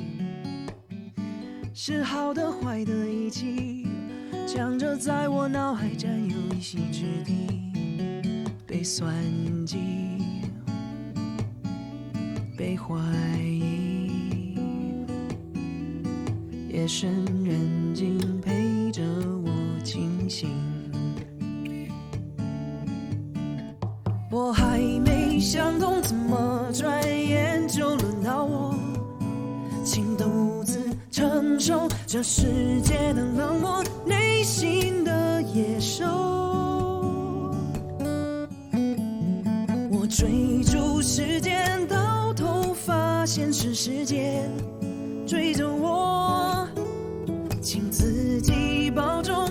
D: 是好的坏的一起强着在我脑海占有一席之地，被算计，被怀疑，夜深人静陪着我清醒。我还没想通怎么转眼就轮到我，请独自承受这世界的冷漠，内心的野兽。我追逐时间，到头发现是时间追着我，请自己保重。